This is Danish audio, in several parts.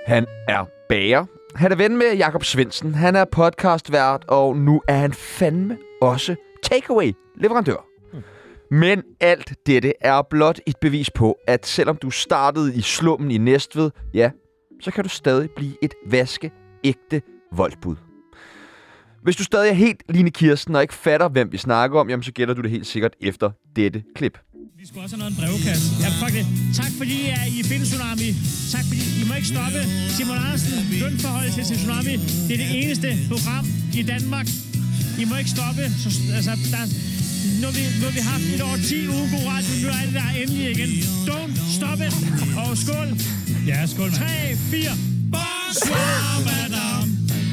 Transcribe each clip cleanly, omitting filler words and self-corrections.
Han er bager. Han er ven med Jakob Svendsen. Han er podcastvært, og nu er han fandme også takeaway-leverandør. Men alt dette er blot et bevis på, at selvom du startede i slummen i Næstved, ja, så kan du stadig blive et vaskeægte voldsbud. Hvis du stadig er helt Line Kirsten og ikke fatter, hvem vi snakker om, jamen så gætter du det helt sikkert efter dette klip. Vi skal også have noget en brevkasse. Ja, fuck det. Tak fordi I findes, Tsunami. Tak fordi I må ikke stoppe. Simon Andersen, lønforholdet til Tsunami. Det er det eneste program i Danmark. I må ikke stoppe. Så, altså, nu har vi haft et år 10 uge god radio. Nu er det der endelig igen. Don't stop it. Og skål. Ja, skål, mand. 3, 4. Bonsoir, madame.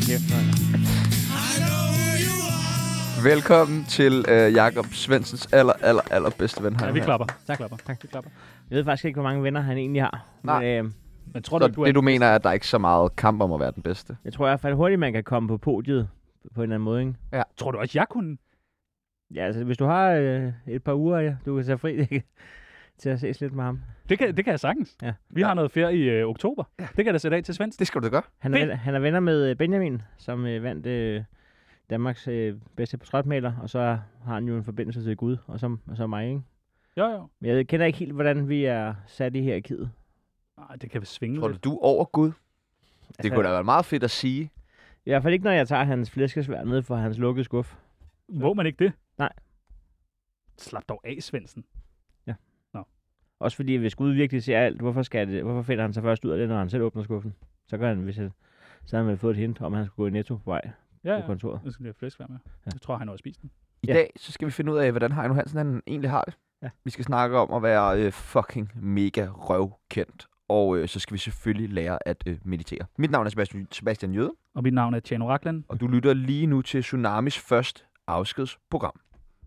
Velkommen til Jakob Svendsens allerbedste ven. Ja, vi klapper. Tak, klapper. Tak, vi klapper. Jeg ved faktisk ikke, hvor mange venner han egentlig har. Nej. Men tror så du det, du mener, er, at der er ikke så meget kamp om at være den bedste? Jeg tror i hvert fald hurtigt, man kan komme på podiet på en eller anden måde, ikke? Ja. Tror du også, jeg kunne? Ja, altså hvis du har et par uger, ja, du kan tage fri til at ses lidt med ham. Det kan jeg sagtens. Ja. Vi har noget ferie i oktober. Ja. Det kan jeg da sætte af til Svendsen. Det skal du da gøre. Han er venner med Benjamin, som vandt Danmarks bedste portrætmaler, og så har han jo en forbindelse til Gud, og så mig, ikke? Jo. Men jeg kender ikke helt, hvordan vi er sat i hierarkiet. Nej, det kan vi svinge Tror lidt. du over Gud? Det kunne da være meget fedt at sige. I hvert fald ikke, når jeg tager hans flæskesvær ned fra hans lukkede skuff. Må man ikke det? Nej. Slap dog af, Svendsen. Ja. Nå. Også fordi, hvis Gud virkelig ser alt, hvorfor finder han sig først ud af det, når han selv åbner skuffen? Så kan han, så har han vel fået et hint om, at han skulle gå i Netto på vej på kontoret. Jeg skal lige have flæskesvær med. Ja. Jeg tror, han har spist den. I dag så skal vi finde ud af, hvordan Heino Hansen han egentlig har det. Ja. Vi skal snakke om at være fucking mega røvkendt. Og så skal vi selvfølgelig lære at meditere. Mit navn er Sebastian Jøde. Og mit navn er Tjano Rakland. Og du lytter lige nu til Tsunamis første afskedsprogram.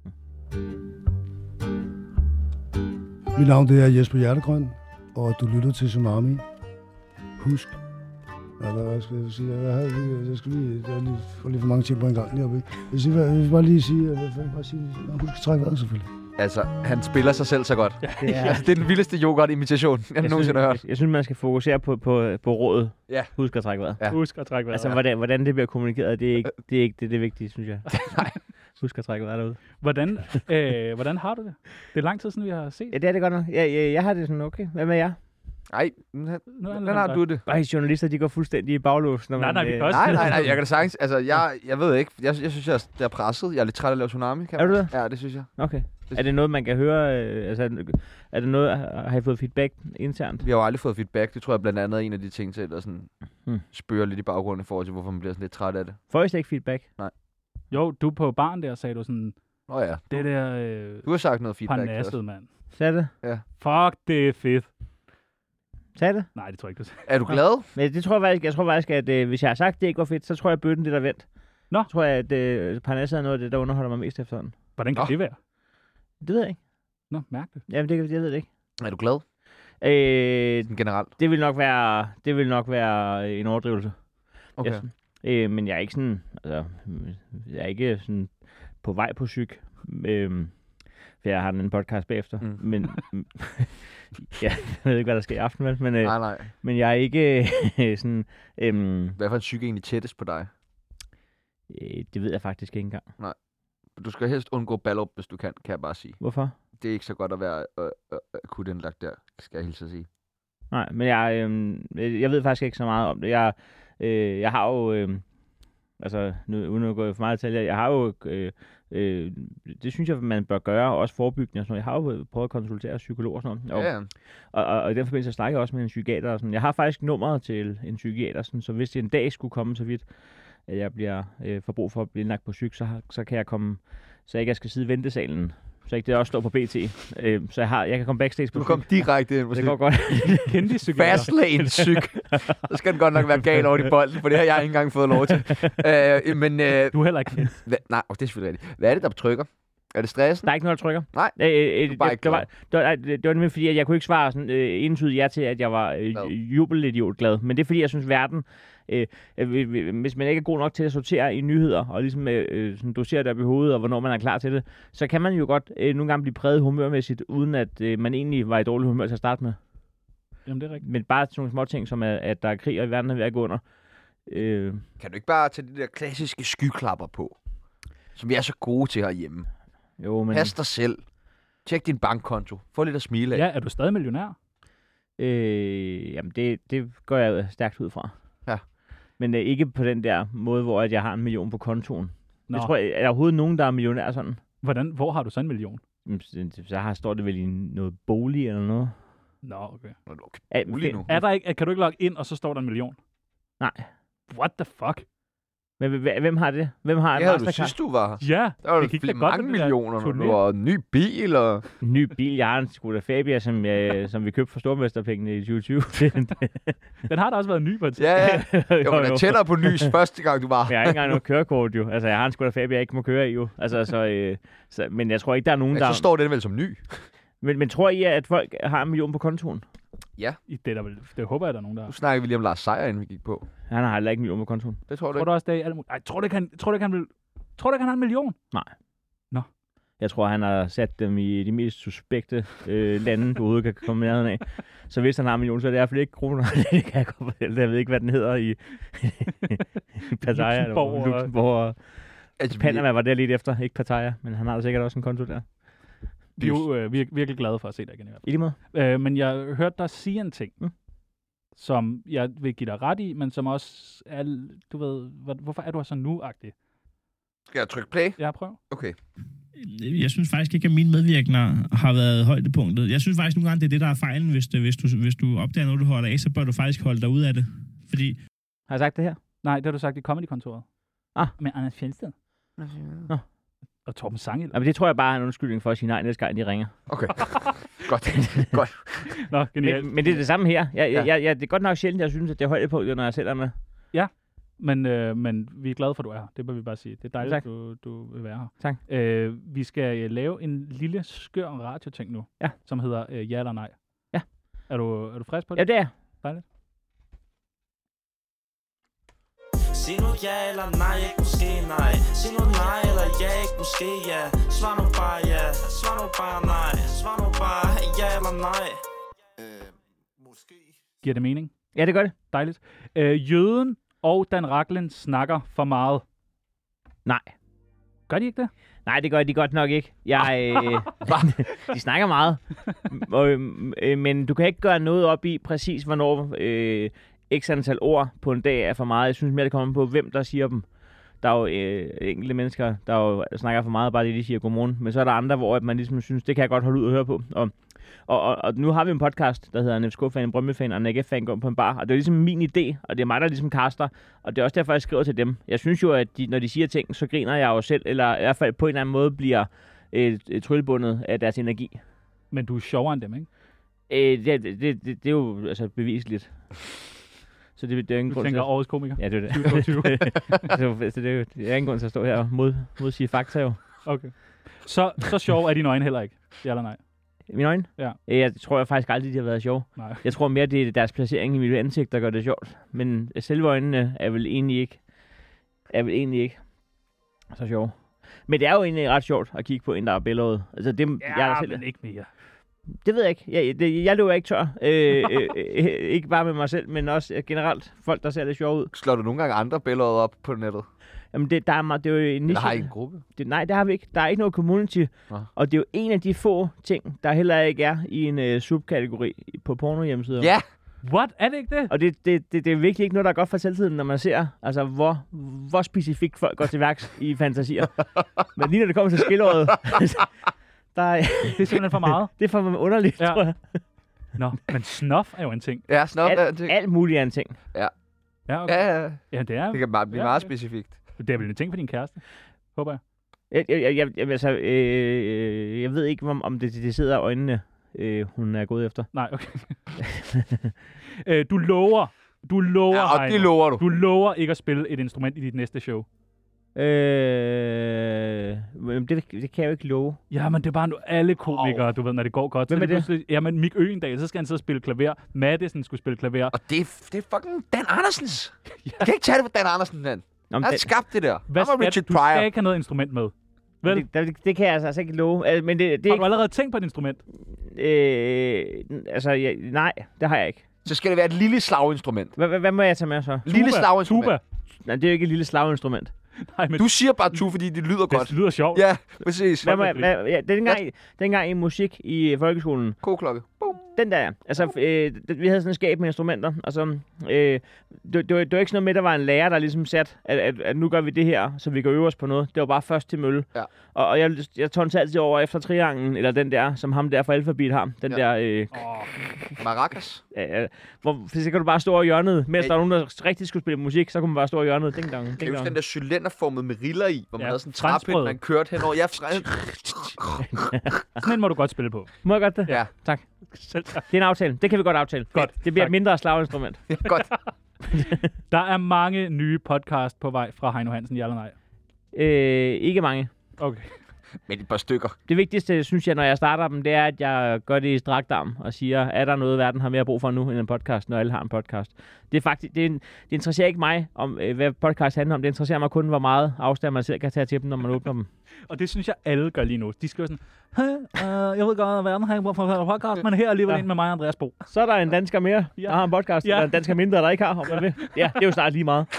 Mit navn det er Jesper Hjertegrøn, og du lytter til Tsunami. Husk. Hvad skal jeg sige? Jeg skal lige få lidt for mange ting på en gang lige oppe. Jeg vil bare lige sige, husk at trække vejret selvfølgelig. Altså, han spiller sig selv så godt. Ja. Altså, det er den vildeste yoghurt-imitation, jeg nogensinde har hørt. Jeg synes, man skal fokusere på rådet. Ja. Husk at trække vejret. Ja. Husk at trække vejret. Altså, hvordan det bliver kommunikeret, det er ikke det vigtige, synes jeg. Nej. Husk at trække vejret derude. Hvordan har du det? Det er lang tid siden, vi har set. Ja, det er det godt nok. Jeg har det sådan okay. Hvad med jer? Nej, hvordan har du det? Journalister, de går fuldstændig i baglås. Nej, vi kan også. Nej, jeg kan da sagtens. Altså, jeg ved ikke. Jeg synes, jeg er presset. Jeg er lidt træt af at lave Tsunami. Er du det? Ja, det synes jeg. Okay. Er det noget, man kan høre? Er det noget, har I fået feedback internt? Vi har jo aldrig fået feedback. Det tror jeg blandt andet er en af de ting til, der sådan spørger lidt i baggrunden i forhold til, hvorfor man bliver sådan lidt træt af det. Får I slet ikke feedback? Nej. Jo, du på barn der sagde du sådan, Ja. det der Du har sagt noget feedback. parnasset, mand. Sagde det? Ja. Fuck, det er fedt. Sagde det? Nej, det tror jeg ikke, du sagde. Er du glad? Men det tror jeg faktisk, at hvis jeg har sagt, det ikke var fedt, så tror jeg, at bøtten det der vendt. Nå. Så tror jeg, at parnasset er noget af det, der underholder mig mest efterhånden. Hvordan kan det være? Det ved jeg ikke. Nå, mærkeligt. Jamen, jeg ved det ikke. Er du glad? Generelt? Det vil nok være en overdrivelse. Okay. Men jeg er ikke sådan, altså, jeg er ikke sådan på vej på psyk. For jeg har en podcast bagefter. Men jeg ved ikke, hvad der sker i aften, vel? Men, Nej. men jeg er ikke sådan... Hvad for en psyke egentlig tættest på dig? Det ved jeg faktisk ikke engang. Nej. Du skal helst undgå Ballup, hvis du kan jeg bare sige. Hvorfor? Det er ikke så godt at være akut indlagt der, skal jeg hilse at sige. Nej, men jeg ved faktisk ikke så meget om det. Jeg har jo... altså, uden at gå for meget detaljer, jeg har jo... det synes jeg, man bør gøre, også forebyggende og sådan noget. Jeg har jo prøvet at konsultere psykologer og sådan noget. Ja. Og i den forbindelse snakker jeg også med en psykiater og sådan. Jeg har faktisk nummeret til en psykiater, sådan, så hvis det en dag skulle komme så vidt, at jeg bliver får brug for at blive indlagt på psyk, så kan jeg komme, så jeg ikke skal sidde i ventesalen. Så ikke det også står på BT. Så jeg kan komme backstage på Du kom direkte ind på det går godt. Kendte psykiater. Fastlane psyk. Så skal den godt nok være gal over i bolden, for det har jeg ikke engang fået lov til. Men Du er heller ikke kendt. nej, det er selvfølgelig rigtigt. Hvad er det, der trykker? Er det stressen? Der er ikke noget, der trykker. Nej, det var nemlig fordi, at jeg kunne ikke svare sådan, entydigt ja til, at jeg var jubelidiot glad. Men det er fordi, jeg synes, verden, hvis man ikke er god nok til at sortere i nyheder, og ligesom sådan dosere det op i hovedet, og hvornår man er klar til det, så kan man jo godt nogle gange blive præget humørmæssigt, uden at man egentlig var i dårlig humør til at starte med. Jamen, det er rigtigt. Men bare sådan nogle små ting, som at der er krig, og i verden er ved at gå under. Kan du ikke bare tage de der klassiske skyklapper på, som vi er så gode til herhjemme? Jo, men... Pas dig selv. Tjek din bankkonto. Få lidt at smile af. Ja, er du stadig millionær? Jamen, det går jeg stærkt ud fra. Ja. Men ikke på den der måde, hvor at jeg har 1 million på kontoen. Nå. Jeg tror, er der overhovedet nogen, der er millionær sådan? Hvor har du så 1 million? Så står det vel i noget bolig eller noget. Nå, okay. Rolig nu. Er der ikke, kan du ikke logge ind, og så står der 1 million? Nej. What the fuck? Men hvem har det? Hvem har en Det havde du Mastercard? sidst, du var her. Ja, Der var det gik da det godt mange med det der millioner, turné. nu var en ny bil, og... En ny bil. Jeg har en Skoda Fabia, som vi købte for stormesterpengene i 2020. Den har da også været ny på et tidspunkt. Ja, ja. Jeg var da tættere på nys første gang, du var. Men jeg har ikke engang noget kørekort, jo. Altså, jeg har en Skoda Fabia, jeg ikke må køre i, jo. Altså, men jeg tror ikke, der er nogen, Men så står den vel som ny. Men tror I, at folk har 1 million på kontoen? Det håber jeg, der er nogen, der Nu har. snakker vi lige om Lars Seier, inden vi gik på. Han har heller ikke 1 million på kontoen. Det tror du Tror ikke? du også, det er alt muligt? Ej, tror du ikke, han har 1 million? Jeg tror, han har sat dem i de mest suspekte lande, du overhovedet kan komme nærheden af. Så hvis han har 1 million, så er det i hvert fald ikke kroner. Det kan jeg godt fortælle. Jeg ved ikke, hvad den hedder i Pattaya. Luxembourg. Altså, Panama var der lidt efter. Ikke Pattaya, men han har da sikkert også en konto der. Vi er jo virkelig glade for at se dig igen i hvert I lige måde. fald. Men jeg hørte dig sige en ting, som jeg vil give dig ret i, men som også er, du ved, hvorfor er du så nu-agtig? Skal jeg trykke play? Ja, prøv. Okay. Jeg synes faktisk ikke, at mine medvirkninger har været højdepunktet. Jeg synes faktisk nogle gange, det er det, der er fejlen. Hvis du opdager noget, du holder af, så bør du faktisk holde dig ud af det. Fordi... Har jeg sagt det her? Nej, det har du sagt i Comedy-kontoret. Med Anders Fjeldsted. Nå. Og Torben Sangel. Jamen, det tror jeg bare er en undskyldning for at sige nej næste gang, de ringer. Okay. Godt. Nå, genialt. Men det er det samme her. Det er godt nok sjældent, jeg synes, at det er højdepunkt, når jeg selv er med. Men vi er glade for, at du er her. Det må vi bare sige. Det er dejligt, at du vil være her. Tak. Vi skal lave en lille skør radioting nu, som hedder ja eller nej. Ja. Er du frisk på det? Ja, det er. Dejligt. Sig nu ja eller nej, ikke måske nej. Sig nu nej eller ja, ikke måske ja. Svar nu bare ja, svar nu bare nej. Svar nu bare ja eller nej. Måske. Giver det mening? Ja, det gør det. Dejligt. Jøden og Dan Rachlin snakker for meget. Nej. Gør de ikke det? Nej, det gør de godt nok ikke. De snakker meget. Men du kan ikke gøre noget op i præcis, hvornår x antal ord på en dag er for meget. Jeg synes mere, det kommer på, hvem der siger dem. Der er jo enkelte mennesker, der jo snakker for meget, bare det, de siger godmorgen. Men så er der andre, hvor man ligesom synes, det kan jeg godt holde ud og høre på. Og nu har vi en podcast, der hedder en FCK-fan, en Brøndby-fan og en AGF-fan går på en bar. Og det er ligesom min idé, og det er mig, der ligesom kaster. Og det er også derfor, jeg skriver til dem. Jeg synes jo, at når de siger ting, så griner jeg jo selv, eller i hvert fald på en eller anden måde bliver tryllebundet af deres energi. Men du er sjovere end dem, ikke? Det er jo altså bevisligt. Så det er ingen Du grund tænker til... årets komiker? Ja, det er det. 2022. så det er ingen grund til at stå her og modsige fakta jo. Okay. Så sjov er dine øjne heller ikke? Ja eller nej? Mine øjne? Ja. Jeg tror faktisk aldrig, de har været sjove. Nej. Jeg tror mere, det er deres placering i mit ansigt, der gør det sjovt. Men selve øjnene er vel egentlig ikke så sjove. Men det er jo egentlig ret sjovt at kigge på en, der er billede. Altså, det, jeg er selv... men ikke mere. Det ved jeg ikke. Jeg løber ikke tør. Ikke bare med mig selv, men også generelt folk, der ser lidt sjove ud. Slår du nogle gange andre billeder op på nettet? Jamen, det er jo en niche. Eller har I en gruppe? Nej, det har vi ikke. Der er ikke noget community. Og det er jo en af de få ting, der heller ikke er i en subkategori på porno-hjemmesider. Ja! What? Er det ikke det? Og det er virkelig ikke noget, der er godt for selvtiden, når man ser, altså, hvor specifikt folk går til værks i fantasier. Men lige når det kommer til skillåret, det er simpelthen for meget. Det er for underligt, tror jeg. Nå, men snof er jo en ting. Ja, snof er en ting. Alt muligt er en ting. Ja. Ja, okay. Ja, det er. Det kan bare blive meget specifikt. Det er vel en ting for din kæreste, håber jeg. Jeg ved ikke, om det sidder af øjnene, hun er gået efter. Nej, okay. Du lover, ja, og det lover du. Du lover ikke at spille et instrument i dit næste show. Det kan jeg jo ikke love. Ja, men det er bare alle komikere, du ved, når det går godt. Hvem er det? Jamen, Mick Øgendahl, så skal han sidde og spille klaver. Madison skulle spille klaver. Og det er fucking Dan Andersens. Ja. Jeg kan ikke tage det for Dan Andersen, Dan. Han har skabt det der. Hvad skal du skal ikke have noget instrument med. Vel? Det kan jeg altså ikke love. Men det Har du allerede tænkt på et instrument? Nej, det har jeg ikke. Så skal det være et lille slaginstrument. Hvad må jeg tage med så? Lille slaginstrument. Tuba. Nej, det er jo ikke et lille slaginstrument. Nej, men Du siger bare tuba, fordi det lyder godt. det lyder sjovt. Ja, præcis. Dengang i musik i folkeskolen, Koklokke. Boom. den der, altså, vi havde sådan en skab med instrumenter, altså, det var ikke sådan noget med, der var en lærer, der ligesom sat, at nu gør vi det her, så vi kan øve os på noget. Det var bare først til mølle. Ja. Og jeg tog altid over efter triangen, eller den der, som ham der fra Alphabet har. Den der, Maracas. så kan du bare stå over hjørnet, mens der var nogen, der rigtig skulle spille musik, så kunne man bare stå over hjørnet. Ding dong, Kan ding du huske dong. den der cylinderformede med riller i, hvor man havde sådan en trappe, franskbrød. man kørte henover? Ja, Sådan en må du godt spille på. Må jeg godt det? ja. Tak. Selv tak. Det er en aftale. Det kan vi godt aftale. Godt. Det bliver Tak. et mindre slaginstrument. Ja, godt. Der er mange nye podcast på vej fra Heino Hansen, ja eller nej? Ikke mange. Okay. Men et par stykker. Det vigtigste, synes jeg, når jeg starter dem, det er, at jeg gør det i strakt arm og siger, er der noget, verden har mere brug for nu end en podcast, når alle har en podcast. Det er faktisk, det interesserer ikke mig, om hvad podcast handler om. Det interesserer mig kun, hvor meget afstand man selv kan tage til dem, når man åbner dem. Og det synes jeg, alle gør lige nu. De skriver sådan, jeg ved godt, at verden har ikke brug for podcast, men her er alligevel ind med mig og Andreas Bo. Så er der en dansker mere, der har en podcast, eller en dansker mindre, der ikke har. Om man vil. Ja, det er jo snart lige meget.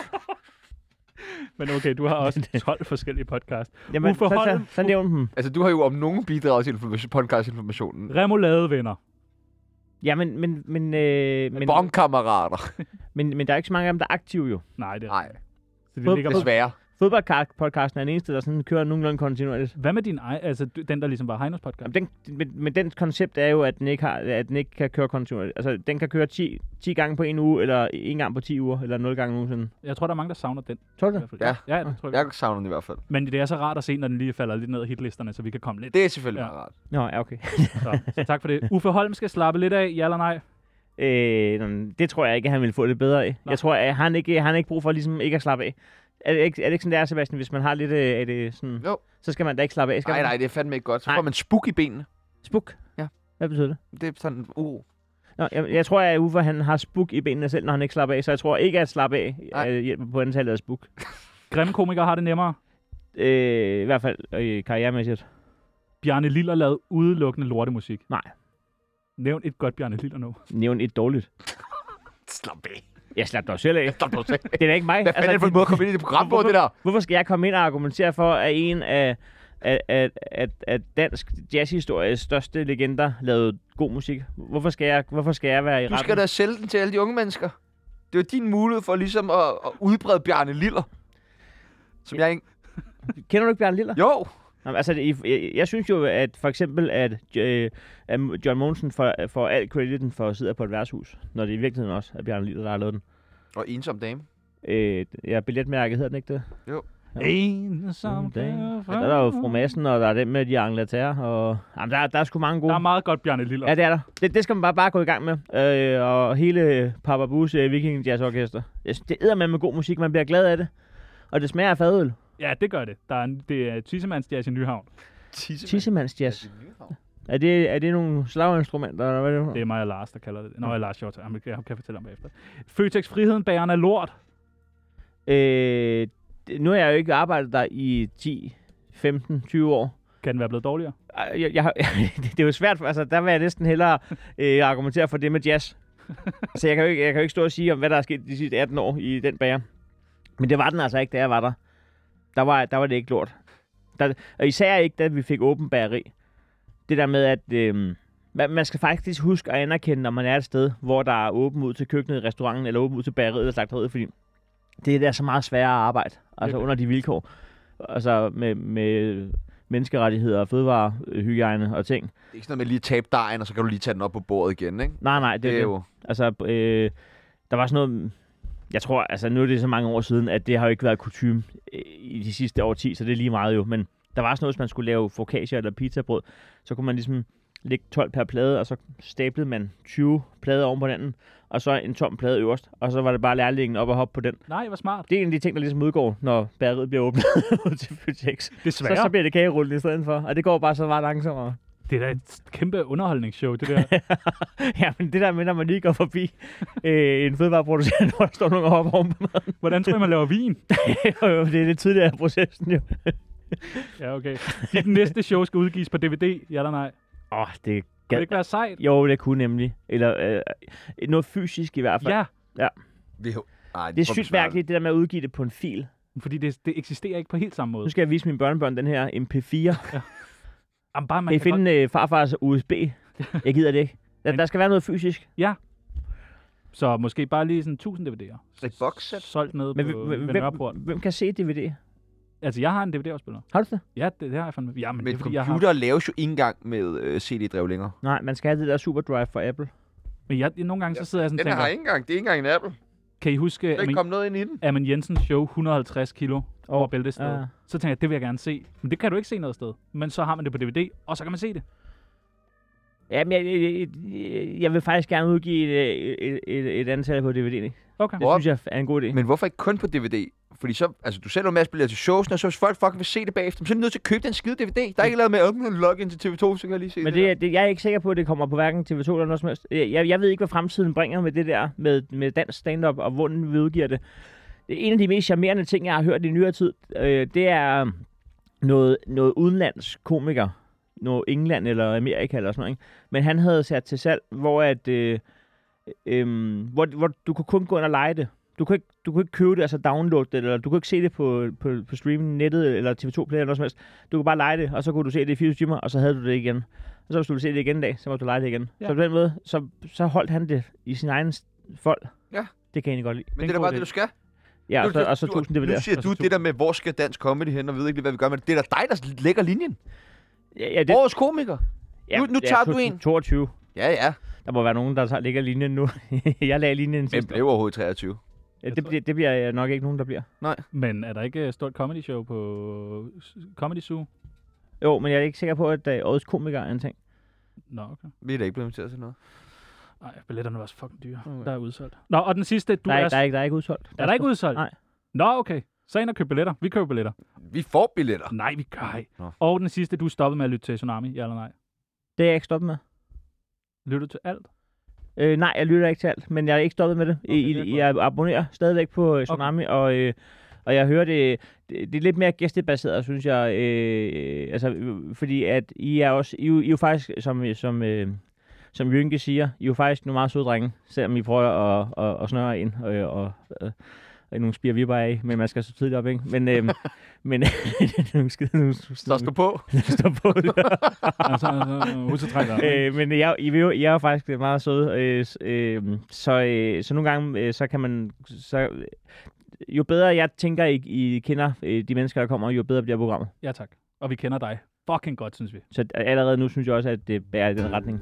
Men okay, du har også 12 forskellige podcast. Jamen, Uffe Holm, så nævn dem. Altså, du har jo om nogen bidraget til podcast-informationen. Remouladevenner. Ja, men Bongkammerater. men der er ikke så mange af dem, der er aktive jo. Nej, det er Nej, så det ligger på. desværre. Fodboldpodcasten er den eneste, der sådan kører nogenlunde kontinuerligt. Hvad med din egen, altså den, der ligesom var Heinos podcast? Men den koncept er jo, at den ikke kan køre kontinuerligt. Altså, den kan køre 10 gange på en uge, eller en gang på 10 uger, eller 0 gange nogensinde. Jeg tror, der er mange, der savner den. Tror du I det? hvert fald. Ja. Ja, det tror jeg. Jeg savner den i hvert fald. Men det er så rart at se, når den lige falder lidt ned af hitlisterne, så vi kan komme lidt. Det er selvfølgelig Ja. meget rart. Nå, ja, okay. Så tak for det. Uffe Holm skal slappe lidt af, ja eller nej? Det tror jeg ikke, at han vil få det bedre af. Nej. Jeg tror, at han har ikke brug for ligesom ikke at slappe af. Er det ikke sådan, det er, Sebastian? Hvis man har lidt af det sådan, Jo. så skal man da ikke slappe af. Skal man? Nej, det er fandme ikke godt. Så Nej. får man spuk i benene. Spuk? Ja. Hvad betyder det? Det er sådan, Nå, jeg tror, at Uffe han har spuk i benene selv, når han ikke slapper af. Så jeg tror ikke, at slappe af hjælper på antallet af spuk. Grimme komikere har det nemmere. I hvert fald karrieremæssigt. Bjarne Liller lavede udelukkende lortemusik. Nej. Nævn et godt Bjarne Liller nu. Nævn et dårligt. slap af. Jeg slap dig selv af. Slap dig af. Det er da ikke mig. Hvad fanden er det for en måde at komme ind i det program på, det der? Hvorfor skal jeg komme ind og argumentere for, at en af dansk jazzhistories største legender lavede god musik? Hvorfor skal jeg være i retten? Du skal da sælge den til alle de unge mennesker. Det er jo din mulighed for ligesom at udbrede Bjarne Liller. Som jeg ikke... Kender du ikke Bjarne Liller? Jo. Nå, altså, jeg synes jo, at for eksempel, at John Mogensen får al crediten for at sidde på et værtshus, når det i virkeligheden også er Bjarne Liller, der har lavet den. Og ensom dame. Ja, billetmærke hedder den ikke det? Jo. Ensom Ja, der er jo Fru Madsen, og der er den med de Angleterre, og jamen, der er sgu mange gode. Der er meget godt Bjarne Liller. Ja, det er der. Det skal man bare gå i gang med. Og hele Papa Bus Viking Jazz Orkester. Det æder man med god musik, man bliver glad af det. Og det smager af fadøl. Ja, det gør det. Det er Tissemands Jazz i Nyhavn. Tissemands Jazz. Er det nogle slaginstrumenter, eller hvad er det? Det er mig og Lars, der kalder det. Nå, Lars Hjort. Jeg kan fortælle om bagefter. Føtex Friheden, bageren af lort. Nu har jeg jo ikke arbejdet der i 10, 15, 20 år. Kan den være blevet dårligere? Det er jo svært, altså der vil jeg næsten hellere argumentere for det med jazz. Så jeg kan jo ikke stå og sige om, hvad der er sket de sidste 18 år i den bager. Men det var den altså ikke, da jeg var der. Der var det ikke lort. Og især ikke, da vi fik åben bageri. Det der med, at man skal faktisk huske at anerkende, når man er et sted, hvor der er åben ud til køkkenet i restauranten, eller åben ud til bageriet eller slagteriet, fordi det er der så meget sværere at arbejde, altså under de vilkår. Altså med menneskerettigheder og fødevarehygiejne og ting. Det er ikke sådan noget med lige at tabe dejen, og så kan du lige tage den op på bordet igen, ikke? Nej, det er jo... Altså, der var sådan noget... Jeg tror, altså nu er det så mange år siden, at det har jo ikke været kutyme i de sidste årti, så det er lige meget jo. Men der var sådan noget, hvis man skulle lave focaccia eller pizzabrød, så kunne man ligesom lægge 12 per plade, og så staplede man 20 plader oven på hinanden, og så en tom plade øverst, og så var det bare lærlingen op og hoppe på den. Nej, hvor smart. Det er en af de ting, der ligesom udgår, når bageriet bliver åbnet ud til Føtex. Desværre. Så bliver det kagerullen i stedet for, og det går bare så meget langsommere. Det er da et kæmpe underholdningsshow, det der. Ja, men det der med, når man lige går forbi en fødevareproducent, hvor der står nogen og hopper oven på maden. Hvordan tror I, man laver vin? Jo, det er lidt tidligere af processen jo. Ja, okay. Dit næste show skal udgives på DVD, ja eller nej? Det Kan det ikke være sejt? Jo, det kunne nemlig. Eller noget fysisk i hvert fald. Ja, Det Det er sygt mærkeligt, det der med at udgive det på en fil. fordi det eksisterer ikke på helt samme måde. Nu skal jeg vise mine børnebørn den her MP4. Jamen, bare man Kan I kan finde farfars USB? Jeg gider det ikke. Der skal være noget fysisk. Så måske bare lige sådan 1000 DVD'er. Et boxset? Solgt nede Men på Nørreport. hvem kan se DVD? Altså, jeg har en DVD-afspiller. Har du det? Ja, det har jeg fandme. Ja, men det Men er fordi, jeg har... computer laves jo ikke engang med CD-drev længere. Nej, man skal have det der SuperDrive fra Apple. Men nogle gange så sidder jeg sådan og Den tænker, har ikke engang. Det er ikke engang en Apple. kan I huske Der er ikke kommet noget ind i den. Amin Jensens show 150 kilo over Bæltestedet? Ja. Så tænker jeg, det vil jeg gerne se. Men det kan du ikke se noget sted. Men så har man det på DVD, og så kan man se det. Ja, men jeg vil faktisk gerne udgive et antal på DVD. Okay. Det synes jeg er en god idé. Men hvorfor ikke kun på DVD? Fordi så, altså du sælger jo masser af billetter til shows, og så hvis folk fucking vil se det bagefter, så er de nødt til at købe den skide DVD. Der er ikke lavet med at logge ind til TV2, så kan jeg lige se Men det. jeg er ikke sikker på, at det kommer på hverken TV2 eller noget som helst. Jeg ved ikke, hvad fremtiden bringer med det der, med dansk stand-up, og hvordan vi udgiver det. En af de mest charmerende ting, jeg har hørt i nyere tid, det er noget udenlands komiker. Noget England eller Amerika eller sådan noget, ikke? Men han havde sat til salg, hvor du kunne kun gå ind og lege det. Du kunne ikke købe det, altså downloade det, eller du kunne ikke se det på streaming, nettet eller TV2 Play eller noget som helst. Du kunne bare lege det, og så kunne du se det i 24 timer, og så havde du det igen. Og så hvis du ville se det igen en dag, så måtte du lege det igen. Ja. Så på den måde, så holdt han det i sin egen fold. Ja. Det kan jeg egentlig godt lide. Men det er da bare det, du skal. Ja, og så 1000 Nu DVD'er. siger du det der med, hvor skal dansk comedy hen, og ved ikke lige, hvad vi gør med det. Det er da dig, der lægger linjen. Ja, det, Årets komiker. Nu tager du en. 22. Ja. Der må være nogen, der ligger linjen nu. Jeg lagde linjen Men sidste blev overhovedet 23. Ja, det bliver nok ikke nogen, der bliver. Men er der ikke et stort comedy show på Comedy Zoo? Jo, men jeg er ikke sikker på, at årets komiker er en ting. Nå, okay. Vi er da ikke blevet inviteret til noget. Nej, billetterne var så fucking dyre. Okay. Der er udsolgt. Nå, og den sidste, Der er ikke udsolgt. Er der ikke udsolgt? Nej. Nå, okay. Så ind og køb billetter. Vi køber billetter. Vi får billetter. Nej, vi gør ikke. Nå. Og den sidste, du stoppede med at lytte til Tsunami, ja eller nej? Det er jeg ikke stoppet med. Lytter du til alt? Nej, jeg lytter ikke til alt, men jeg er ikke stoppet med det. Okay, Jeg abonnerer stadigvæk på Tsunami, okay. Og jeg hører det er lidt mere gæstebaseret, synes jeg. Altså, fordi at I er jo faktisk, som Jynke siger, I er jo faktisk nogle meget søde drenge, selvom I prøver at snøre ind og nogle spirvipper af, men man skal så tidligt op, ikke? Men Så stå på. stå på. Men I er jo faktisk meget søde, så nogle gange, så kan man... Jo bedre jeg tænker, I kender de mennesker, der kommer, jo bedre bliver programmet. Ja, tak. Og vi kender dig fucking godt, synes vi. Så allerede nu synes jeg også, at det bærer i den retning.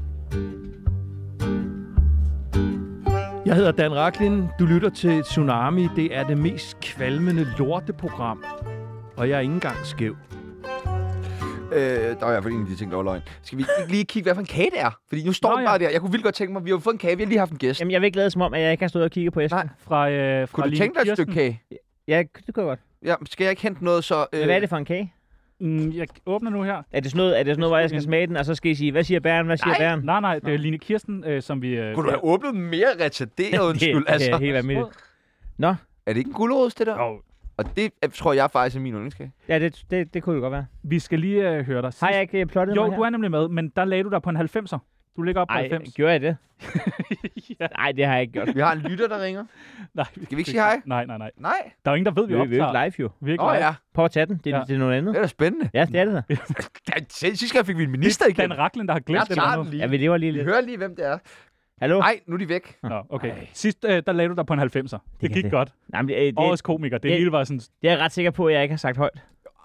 Jeg hedder Dan Rachlin. Du lytter til Tsunami. Det er det mest kvalmende lorteprogram. Og jeg er ikke engang skæv. Der var i hvert fald en af de ting, der var løgn. Skal vi ikke lige kigge, hvad for en kage det er? Fordi nu står den bare der. Jeg kunne vildt godt tænke mig, vi har fået en kage. Vi har lige haft en gæst. Jamen, jeg vil ikke lade som om, at jeg ikke har stået og kigget på æsken. Nej. Fra Kunne du Line tænke dig et Kirsten? stykke kage? Ja, det kunne jeg godt. Ja, skal jeg ikke hente noget, så... Hvad er det for en kage? Jeg åbner nu her. Er det sådan noget, hvor jeg skal smage den, og så skal I sige, hvad siger bæren, hvad siger bæren? Nej, det er Line Kirsten, som vi... Kunne du have åbnet mere retarderet, undskyld? Det er helt vanvittigt. Nå. Er det ikke en gulerods, det der? Jo. Og det tror jeg faktisk er min yndlingskage. Ja, det kunne det godt være. Vi skal lige høre dig. Har jeg ikke plottet Jo, mig her? du er nemlig med, men der lagde du dig på en 90'er. Du ligger op på 90. Gjorde jeg det? Ja. Nej, det har jeg ikke gjort. Vi har en lytter, der ringer. Nej, Skal vi ikke sige hej? Nej. Nej. Der er jo ingen, der ved, vi Vi er optager. ikke live, jo. Vi er ikke Åh live. ja, Prøv at tage den. Det Ja. er noget andet. det er da spændende. Ja, det er det da. Sidste gang fik vi en minister igen. Dan Rachlin, der har glemt Jeg det tager eller den noget. lige. Ja, men det var lige Vi lidt. hører lige, hvem det er. Hallo? Nej, nu er de væk. Nå, okay. Sidst, der lagde du dig på en 90'er. Det gik godt. Nej, men Årets komiker. Det hele var sådan... det er jeg ret sikker på, at jeg ikke har sagt højt.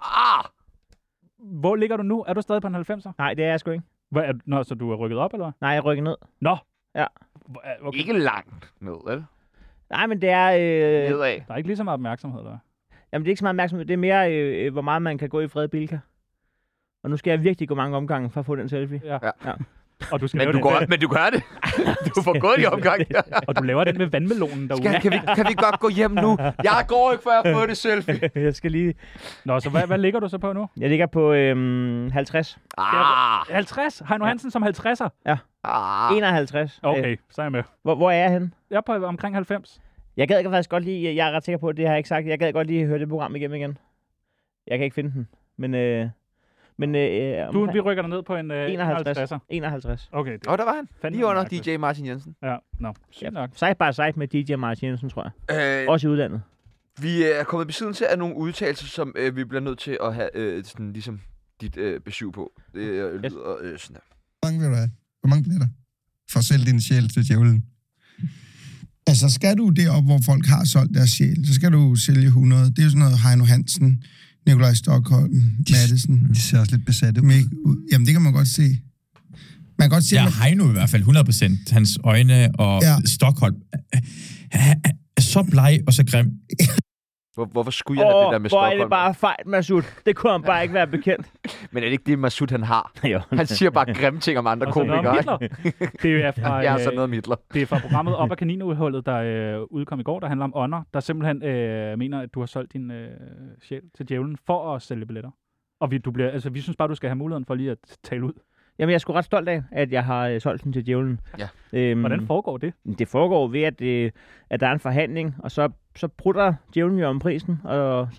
Hvor ligger du nu? Er du stadig på en 90'er? Nej, det er jeg sgu ikke. Nå, så du er rykket op, eller hvad? Nej, jeg rykker ned. Nå. Ja. Okay. Ikke langt ned, vel? Nej, men det er... Nedad. Der er ikke lige så meget opmærksomhed, der. Jamen, det er ikke så meget opmærksomhed. Det er mere, hvor meget man kan gå i fred Bilka. Og nu skal jeg virkelig gå mange omgange for at få den selfie. Ja. Ja. Og du skal Men lave du, den, går, men du gør det. Du får gået i omgang. og du laver den med vandmelonen derude. Kan vi godt gå hjem nu? Jeg går ikke, før jeg har fået det selfie. Jeg skal lige... Nå, så hvad ligger du så på nu? Jeg ligger på 50. 50? Heino Hansen som 50'er? 51. Okay, så er jeg med. Hvor er jeg henne? Jeg er på omkring 90. Jeg gad faktisk godt lige... Jeg er ret sikker på, at det har jeg ikke sagt. Jeg gad godt lige høre det program igennem igen. Jeg kan ikke finde den. Vi rykker dig ned på en 51. 51'er. 51. Okay. Det Og der var han. fandme Lige under mærkeligt. DJ Martin Jensen. Ja, sygt nok. Side by side med DJ Martin Jensen, tror jeg. Også i udlandet. Vi er kommet i besiddelse af nogle udtalelser, som vi bliver nødt til at have sådan, ligesom dit besøg på. Det lyder sådan her. Hvor mange vil du have? Hvor mange billetter? For at sælge din sjæl til djævlen. Altså, skal du derop, hvor folk har solgt deres sjæl, så skal du sælge 100. Det er jo sådan noget Heino Hansen, Nikolaj Stockholm, Madsen. De ser også lidt besatte. Jamen, det kan man godt se. Man kan godt se... Ja, Heino i hvert fald 100%. Hans øjne og Stockholm. Så bleg og så grim. Hvorfor skulle jeg have det der med Stockholm? Hvor er det bare fejl, Masud. Det kunne han bare ikke være bekendt. Men er det ikke det, Masud han har? Jo. Han siger bare grimme ting om andre komikere. Det er fra, ja, sådan noget Hitler. Det er fra programmet Op ad Kaninudhullet, der udkom i går, der handler om ånder, der simpelthen mener, at du har solgt din sjæl til djævlen for at sælge billetter. Og vi synes bare, du skal have muligheden for lige at tale ud. Jamen, jeg er sgu ret stolt af, at jeg har solgt den til djævlen. Ja. Hvordan foregår det? Det foregår ved, at der er en forhandling, og så prutter djævlen jo om prisen, og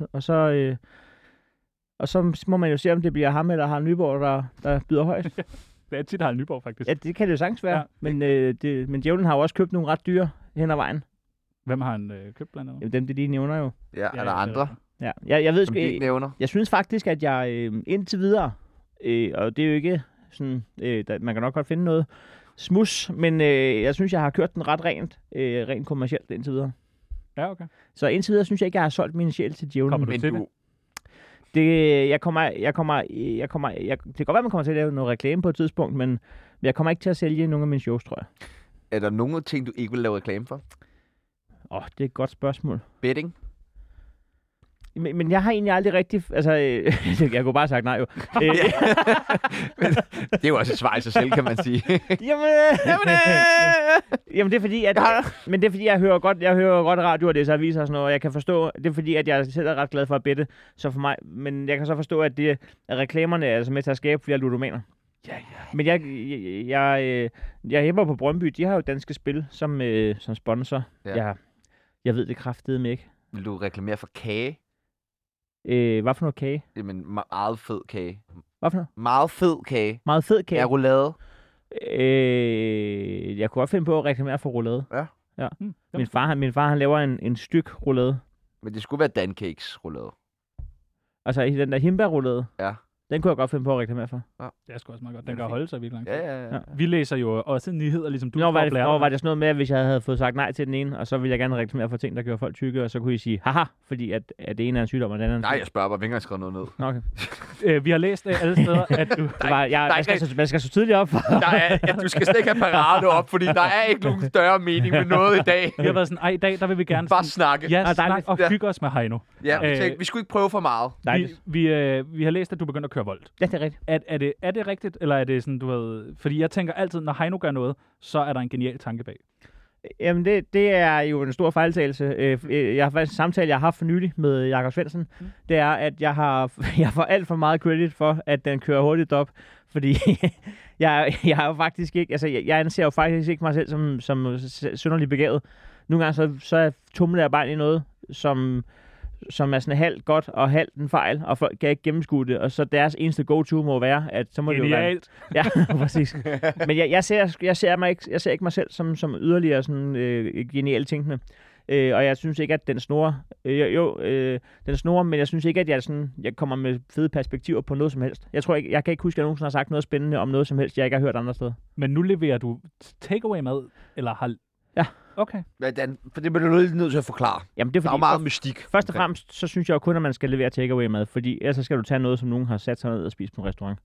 så må man jo se, om det bliver ham eller Harald Nyborg, der byder højst. Det er tit Harald Nyborg, faktisk. Ja, det kan det jo sagtens være. Ja. Men djævlen har jo også købt nogle ret dyre hen ad vejen. Hvem har han købt blandt andet? Jamen, dem, det de nævner jo. Ja, er der andre? Ja, jeg ved som de ikke nævner? Jeg synes faktisk, at jeg indtil videre, og det er jo ikke sådan, man kan nok godt finde noget smus, men jeg synes, jeg har kørt den ret rent kommercielt indtil videre. Ja, okay. Så indtil videre synes jeg ikke, jeg har solgt min sjæl til djævlen. Kommer du til det? Det kan godt være, man kommer til at lave noget reklame på et tidspunkt, men jeg kommer ikke til at sælge nogle af mine shows, tror jeg. Er der nogle ting, du ikke vil lave reklame for? Det er et godt spørgsmål. Betting? Men jeg har egentlig aldrig rigtig... Altså, jeg kunne bare have sagt nej jo. Det er jo også et svar i sig selv, kan man sige. Jamen det er fordi, jeg hører godt radio og aviser og sådan noget, og jeg kan forstå, det er fordi, at jeg selv er ret glad for at bette, så for mig, men jeg kan så forstå, at reklamerne er altså med til at skabe flere ludomaner. Ja. Men jeg hæmmer på Brøndby, de har jo Danske Spil som sponsor. Ja. Jeg ved det kraftedeme ikke. Vil du reklamere for kage? Hvad for noget kage? Jamen, meget fed kage. Hvad for noget? Meget fed kage. Meget fed kage? Ja, roulade. Jeg kunne godt finde på at reklamere for roulade. Ja. Min far han laver en styk roulade. Men det skulle være Dancakes roulade. Altså i den der hindbær-roulade? Ja. Den kunne jeg godt finde på at reklamere for. Ja. Det er sgu også meget godt. Den kan holde sig virkelig langt. Ja. Vi læser jo også nyheder, ligesom du. Var det sådan noget med, at hvis jeg havde fået sagt nej til den ene, og så ville jeg gerne reklamere for ting, der gjorde folk tykke, og så kunne I sige, haha, fordi at det ene er en sygdom, og den anden. Nej, jeg spørger bare, hvem har skrevet noget ned? Okay. Vi har læst alle steder, at du... Man skal så tydeligt op for. Du skal slet ikke have parade op, fordi der er ikke nogen større mening med noget i dag. Vi har været sådan, i dag, der vil vi gerne... Bare snakke. Ja, snakke og hygge os med Heino. Ja, vi skulle ikke prøve for meget. Vi har læst, at du begynder at køre Volt. Ja, det er rigtigt. Er det rigtigt, eller er det sådan, du ved... Fordi jeg tænker altid, når Heino gør noget, så er der en genial tanke bag. Jamen, det er jo en stor fejltagelse. Jeg har faktisk en samtale, jeg har haft for nylig med Jakob Svendsen. Det er, at jeg får alt for meget credit for, at den kører hurtigt op. Fordi jeg har jo faktisk ikke... Altså, jeg anser jo faktisk ikke mig selv som synderligt begavet. Nogle gange så tumler jeg bare i noget, som er sådan halvt godt og halvt en fejl, og folk kan ikke gennemskue det, og så deres eneste go-to må være, at så må genialt. Det jo være... Ja, præcis. Men jeg ser ikke mig selv som yderligere sådan genialt tænkende. Og jeg synes ikke, at den snor... den snor, men jeg synes ikke, at jeg kommer med fede perspektiver på noget som helst. Jeg kan ikke huske, at jeg nogensinde har sagt noget spændende om noget som helst, jeg ikke har hørt andre steder. Men nu leverer du takeaway mad, eller har... Ja. Okay. For det bliver du lidt nødt til at forklare. Jamen, det er fordi, der er meget mystik. Først og fremmest, så synes jeg jo kun, at man skal levere takeaway-mad, fordi ellers skal du tage noget, som nogen har sat sig ned og spist på en restaurant.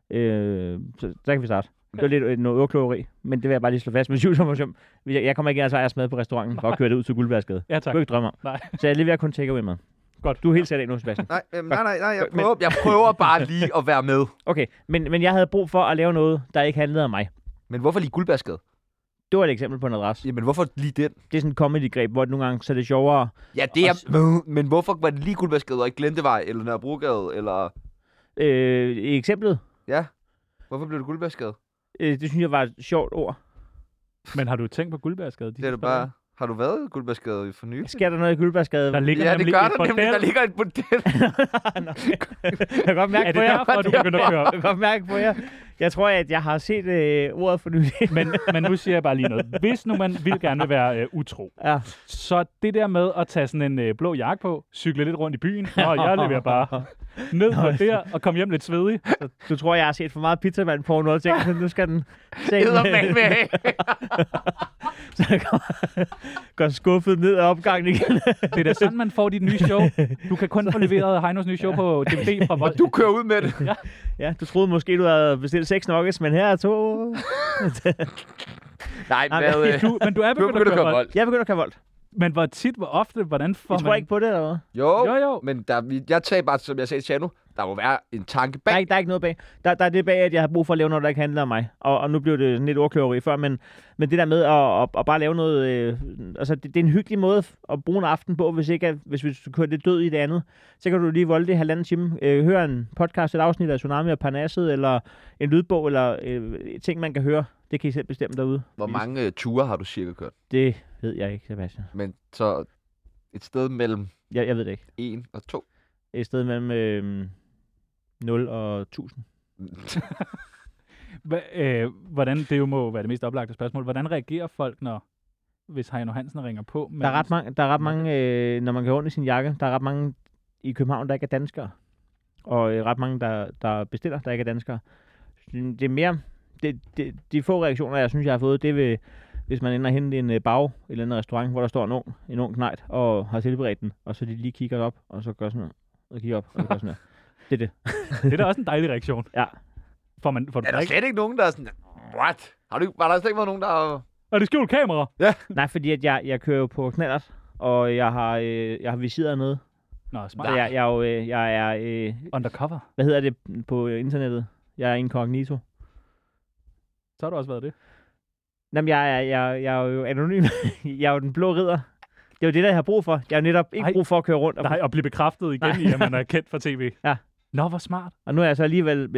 Så der kan vi starte. Det var lidt noget ordklogeri, men det vil jeg bare lige slå fast med 7. Jeg kommer ikke ind og smad på restauranten for at køre det ud til Guldbergsgade. Ja, tak. Det kunne ikke drømme om. Nej. Så jeg leverer kun takeaway-mad. Godt. Du er helt sat af nu, Sebastian. Nej, jeg prøver bare lige at være med. Okay, men jeg havde brug for at lave noget, der ikke handlede om mig. Men hvorfor lige Guldbergsgade? Det var et eksempel på en adresse. Jamen, hvorfor lige den? Det er sådan et comedy-greb, hvor det nogle gange så er det sjovere. Ja, det er... Men hvorfor var det lige Guldbergsgade og ikke Glentevej eller Nørrebrogade, eller... I eksemplet? Ja. Hvorfor blev det Guldbergsgade? Det synes jeg var et sjovt ord. Men har du tænkt på Guldbergsgade? Det er det bare... Har du været i Guldbergsgade for nylig? Sker der noget i Guldbergsgade? Der ligger Ja, det nemlig gør et der nemlig. bordel. Der ligger et bordel. Jeg kan godt mærke Er på det jer. derfor, du begynder at køre op? Jeg kan godt mærke på jer. Jeg tror, at jeg har set ordet for nylig. Men nu siger jeg bare lige noget. Hvis nu man vil gerne vil være utro, Ja. så det der med at tage sådan en blå jakke på, cykle lidt rundt i byen, og jeg leverer bare ned på der og komme hjem lidt svedig. Du tror, jeg har set for meget pizzamand på noget, og tænker, nu skal den Eddermand med af. Så jeg går skuffet ned ad opgangen igen. Det er da sådan, man får dit nye show. Du kan kun få leveret Heinos nye show på DVD fra Vold. Og du kører ud med det. Ja, du troede måske, du havde bestilt 6 nuggets, men her er 2. Nej, men Men du er begyndt at køre Vold. Jeg begynder at køre Volt. Men hvor ofte, hvordan får Jeg tror ikke på det, eller hvad? Jo, men jeg tager bare, som jeg sagde til Chano, der må være en tanke bag. Der er ikke noget bag. Der er det bag, at jeg har brug for at lave noget, der ikke handler om mig. Og nu blev det sådan lidt ordkløveri før, men det der med at bare lave noget... altså, det er en hyggelig måde at bruge en aften på, hvis du kører lidt død i det andet. Så kan du lige volde det 1,5 time. Høre en podcast, et afsnit af Tsunami og Parnasset, eller en lydbog, eller ting, man kan høre. Det kan I selv bestemme derude. Hvor mange ture har du cirka kørt? Det ved jeg ikke, Sebastian. Men så et sted mellem... Jeg ved det ikke. 1 og 2? Et sted mellem 0 og 1000. Hvordan, det jo må være det mest oplagte spørgsmål. Hvordan reagerer folk, hvis Heino Hansen ringer på? Der er ret mange, når man kan rundt i sin jakke, der er ret mange i København, der ikke er danskere. Og ret mange, der bestiller, der ikke er danskere. Det er mere... De få reaktioner, jeg synes, jeg har fået, det er, hvis man ender hen i en bag eller en restaurant, hvor der står en ung knejt og har tilberedt den, og så de lige kigger op, og så gør sådan noget, og kigger op, og så gør sådan noget. Det er det. Det er da også en dejlig reaktion. Ja. Får er der slet ikke nogen, der er sådan, what? Var der slet ikke været nogen, der... Er det skjult kamera? Ja. Nej, fordi at jeg kører jo på knallert, og jeg har visiret med. Nå, smart. Jeg er... undercover. Hvad hedder det på internettet? Jeg er incognito. Så har du også været det. Jamen, jeg er jo anonym. Jeg er jo den blå ridder. Det er jo det, der jeg har brug for. Jeg har netop ikke brug for at køre rundt. Og blive bekræftet igen i, at man er kendt for tv. Ja. Nå, hvor smart. Og nu er jeg så alligevel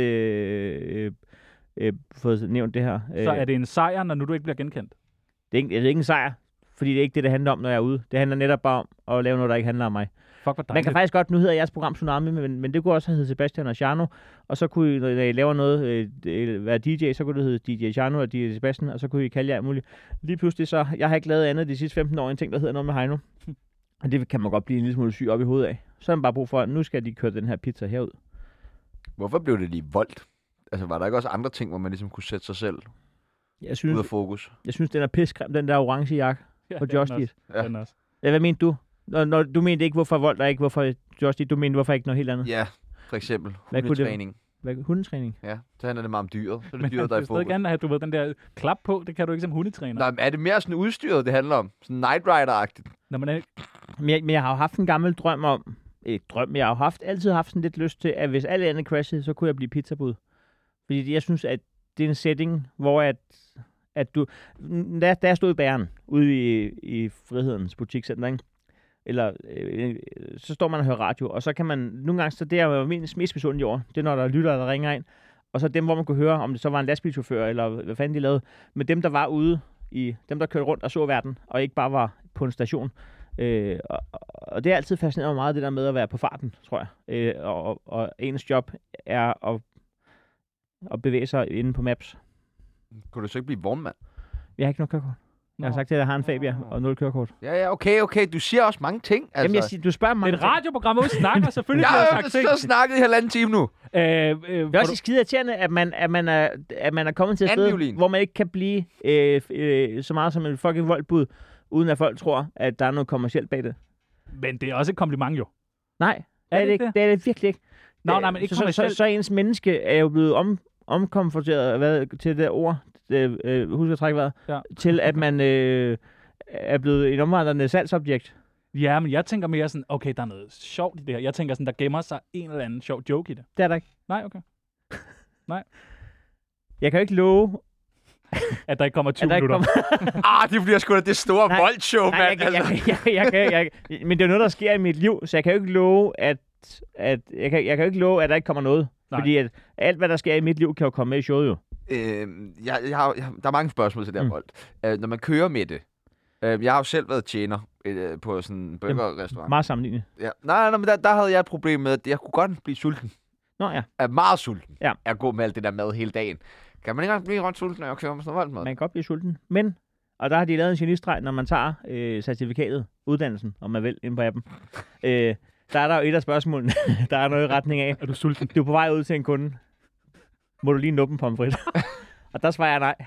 fået nævnt det her. Så er det en sejr, når nu du ikke bliver genkendt? Det er ikke en sejr, fordi det er ikke det handler om, når jeg er ude. Det handler netop bare om at lave noget, der ikke handler om mig. Fuck, hvor dejligt. Man kan faktisk godt, nu hedder jeres program Tsunami, men det kunne også hedde Sebastian og Chano, og så kunne I, når I laver noget, være DJ, så kunne det hedde DJ Chano og DJ Sebastian, og så kunne I kalde jer alt muligt. Lige pludselig så, jeg har ikke lavet andet de sidste 15 år, en ting, der hedder noget med Heino. Og det kan man godt blive en lille smule syg op i hovedet af. Så er man bare brug for, at nu skal de køre den her pizza herud. Hvorfor blev det lige voldt? Altså, var der ikke også andre ting, hvor man ligesom kunne sætte sig selv ud af fokus? Jeg synes, den er pissegrim, den der orange jakke på Just Eat. Ja. Hvad mente du? Når du mente ikke, hvorfor Volt, og ikke hvorfor Just Eat, du mente, hvorfor ikke noget helt andet? Ja, for eksempel hundetræning. Hundetræning? Ja, så handler det meget om dyret. Så er det dyret, der er i fokus. Men gerne have, du ved, den der klap på, det kan du ikke som hundetræner. Nej, men er det mere sådan udstyret, det handler om? Sådan Knight Rider-agtigt? Men jeg har jo haft en gammel drøm om... jeg har jo altid haft sådan lidt lyst til, at hvis alle andre crashede, så kunne jeg blive pizzabud. Fordi jeg synes, at det er en setting, hvor at du... Da jeg stod i bæren ude i Frihedens butikscenter, ikke? Eller så står man og hører radio, og så kan man nogle gange, så det er jo mest besundelig over, det er når der er lytter, der ringer ind, og så dem, hvor man kunne høre, om det så var en lastbilchauffør, eller hvad fanden de lavede, men dem, der var ude, dem, der kørte rundt og så verden, og ikke bare var på en station. Og det er altid fascineret mig meget, det der med at være på farten, tror jeg. Og ens job er at bevæge sig inde på Maps. Kunne du så ikke blive vognmand? Jeg har ikke noget kørekort. Jeg har sagt til, at jeg har en Fabia og 0 kørekort. Ja, okay. Du siger også mange ting. Altså. Jamen, du spørger mig. Det er et radioprogram, hvor vi snakker, selvfølgelig. Jeg har snakket i 1,5 time nu. Det er også skide irriterende, at man er kommet til et sted, hvor man ikke kan blive så meget som en fucking voldbud, uden at folk tror, at der er noget kommercielt bag det. Men det er også et kompliment, jo. Nej, det er det virkelig ikke. Nej, men ikke kommercielt. Så ens menneske er jo blevet omkonfronteret til det ord, husk at trække vejret, til at man er blevet et omvandrende salgsobjekt. Ja, men jeg tænker mere sådan, okay, der er noget sjovt i det her. Jeg tænker sådan, der gemmer sig en eller anden sjov joke i det. Det er der ikke. Nej, okay. Nej. Jeg kan jo ikke love, at der ikke kommer 20 minutter. Det bliver sgu da det store voldshow, mand. Men det er noget, der sker i mit liv, så jeg kan jo ikke love, at jeg kan jo ikke love, at der ikke kommer noget. Nej. Fordi at alt, hvad der sker i mit liv, kan jo komme med i showet jo. Der er mange spørgsmål til det her vold. Når man kører med det, Jeg har jo selv været tjener på sådan en burgerrestaurant. Meget sammenlignet. Ja. Nej, men der havde jeg et problem med, at jeg kunne godt blive sulten. Nå ja. Jeg er meget sulten. Ja. Jeg går med alt det der mad hele dagen. Kan man ikke engang blive ret sulten, når jeg kører med sådan noget voldt mad? Man kan godt blive sulten. Men, og der har de lavet en genistreg, når man tager certifikatet, uddannelsen, om man vil, inde på appen. Der er der jo et af spørgsmålene. Der er noget i retning af. Er du sulten? Du er på vej ud til en kunde. Må du lige nuppe en pomfrit? Og der svarer jeg nej.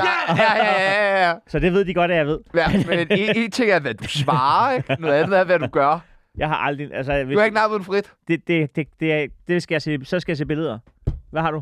Ja. Så det ved de godt, at jeg ved. Ja, men en ting er, hvad du svarer, ikke? Noget andet er, hvad du gør. Jeg har aldrig... Altså, Du har ikke nappet en frit? Det skal jeg se, så skal jeg se billeder. Hvad har du?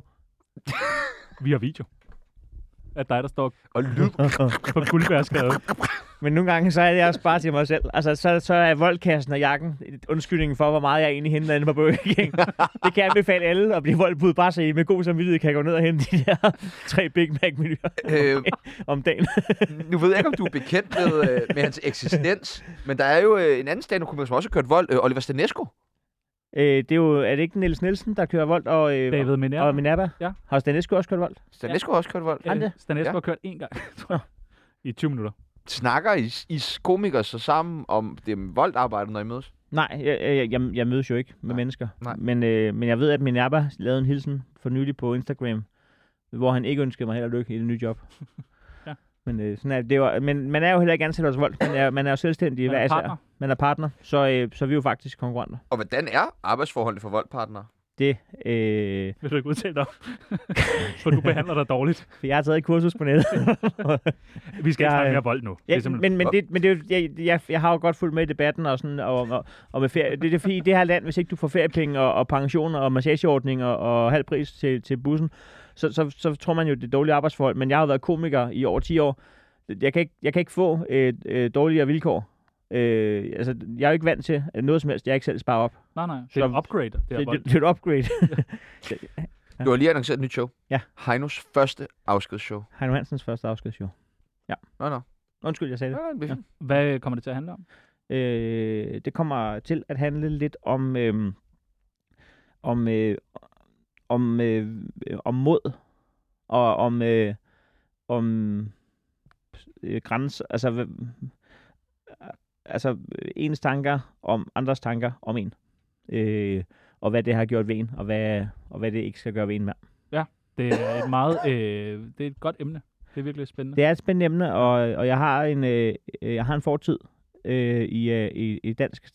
Vi har video. At dig, der står og lyd på guldbærskade. Men nogle gange, så er det også bare til mig selv. Altså, så er voldkassen og jakken undskyldningen for, hvor meget jeg egentlig henter inde på Burger King. Det kan jeg anbefale alle at blive voldbud. Bare så I med god samvittighed kan gå ned og hente de der 3 Big Mac-menuer om dagen. Nu ved jeg ikke, om du er bekendt med hans eksistens, men der er jo en anden stand-up-komiker, som også har kørt vold. Oliver Stanesco. Det er det ikke Niels Nielsen, der kører vold, og David Minerva. Og Minerva? Ja. Har Stanesco også kørt vold? Stanesco har også kørt vold. Stanesco har kørt 1 gang, tror jeg. I 20 minutter. Snakker I komikere så sammen om det voldarbejde, når I mødes? Nej, jeg mødes jo ikke med mennesker. Nej. Men jeg ved, at Minerva lavede en hilsen for nylig på Instagram, hvor han ikke ønskede mig held og lykke i det nye job. Ja. Men sådan er det jo. Men man er jo heller ikke ansat hos vold. Man er jo selvstændig. Man er partner. Så vi er jo faktisk konkurrenter. Og hvordan er arbejdsforholdene for voldpartnere? Det vil du ikke udtale dig for du behandler dig dårligt. For jeg har taget et kursus på nettet. Vi skal ikke snakke mere vold nu. Ja, men jeg har jo godt fulgt med i debatten og sådan og med ferie. Det er fordi det her land, hvis ikke du får feriepenge og pensioner og massageordninger og halv pris til bussen, så tror man jo det er dårlige arbejdsforhold. Men jeg har været komiker i over 10 år. Jeg kan ikke få dårligere vilkår. Altså, jeg er jo ikke vant til noget som helst, jeg ikke selv sparer op. Nej, det er et upgrade. Det er et upgrade. Du har lige annonceret et nyt show. Ja. Heinos første afskedsshow. Heino Hansens første afskedsshow. Ja. Nå. Undskyld, jeg sagde det. Ja. Hvad kommer det til at handle om? Det kommer til at handle lidt om mod og om grænser, altså ens tanker om andres tanker om en. Og hvad det har gjort ved en, og hvad det ikke skal gøre ved en mere. Ja, det er et meget det er et godt emne. Det er virkelig spændende. Det er et spændende emne, og jeg har en fortid i dansk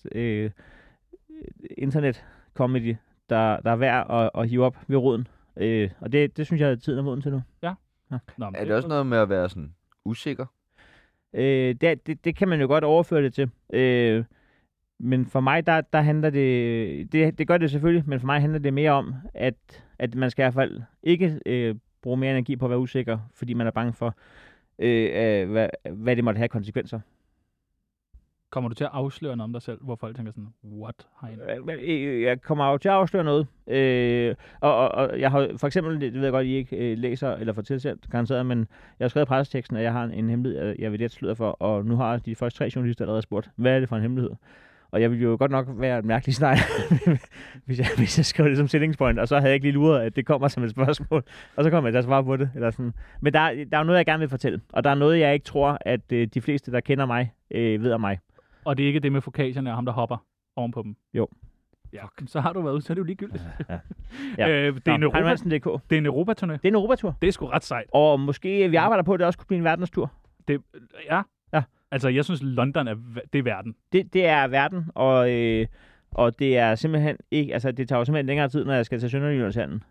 internet-comedy, der er værd at hive op ved roden. Og det synes jeg, at tiden er moden til nu. Ja. Nå, er det også noget med at være sådan usikker? Det kan man jo godt overføre det til. Men for mig, der handler det gør det selvfølgelig, men for mig handler det mere om, at man skal i hvert fald ikke bruge mere energi på at være usikker, fordi man er bange for, hvad det måtte have konsekvenser. Kommer du til at afsløre noget om dig selv, hvor folk tænker sådan, what? Jeg kommer jo til at afsløre noget. Og jeg har for eksempel, det ved jeg godt, I ikke læser eller får tilsendt, garanteret, men jeg har skrevet presseteksten, at jeg har en hemmelighed, jeg vil det sludre for, og nu har de første 3 journalister allerede spurgt, hvad er det for en hemmelighed? Og jeg ville jo godt nok være et mærkeligt snej, hvis jeg skrev det som sellingspoint, og så havde jeg ikke lige luret, at det kommer som et spørgsmål, og så kommer jeg til at svare på det. Eller sådan. Men der er jo noget, jeg gerne vil fortælle, og der er noget, jeg ikke tror, at de fleste, der kender mig, ved om mig. Og det er ikke det med fokasierne og ham, der hopper ovenpå dem? Jo. Ja, så har du været ude, så er det jo ligegyldigt. Ja. Det er en Europaturné. Det er en Europatur. Det er sgu ret sejt. Og måske vi arbejder på, at det også kunne blive en verdenstur. Ja. Altså, jeg synes, London det er verden. Det er verden, og det er simpelthen ikke... Altså, det tager jo simpelthen længere tid, når jeg skal til Sønderjyllandshallen.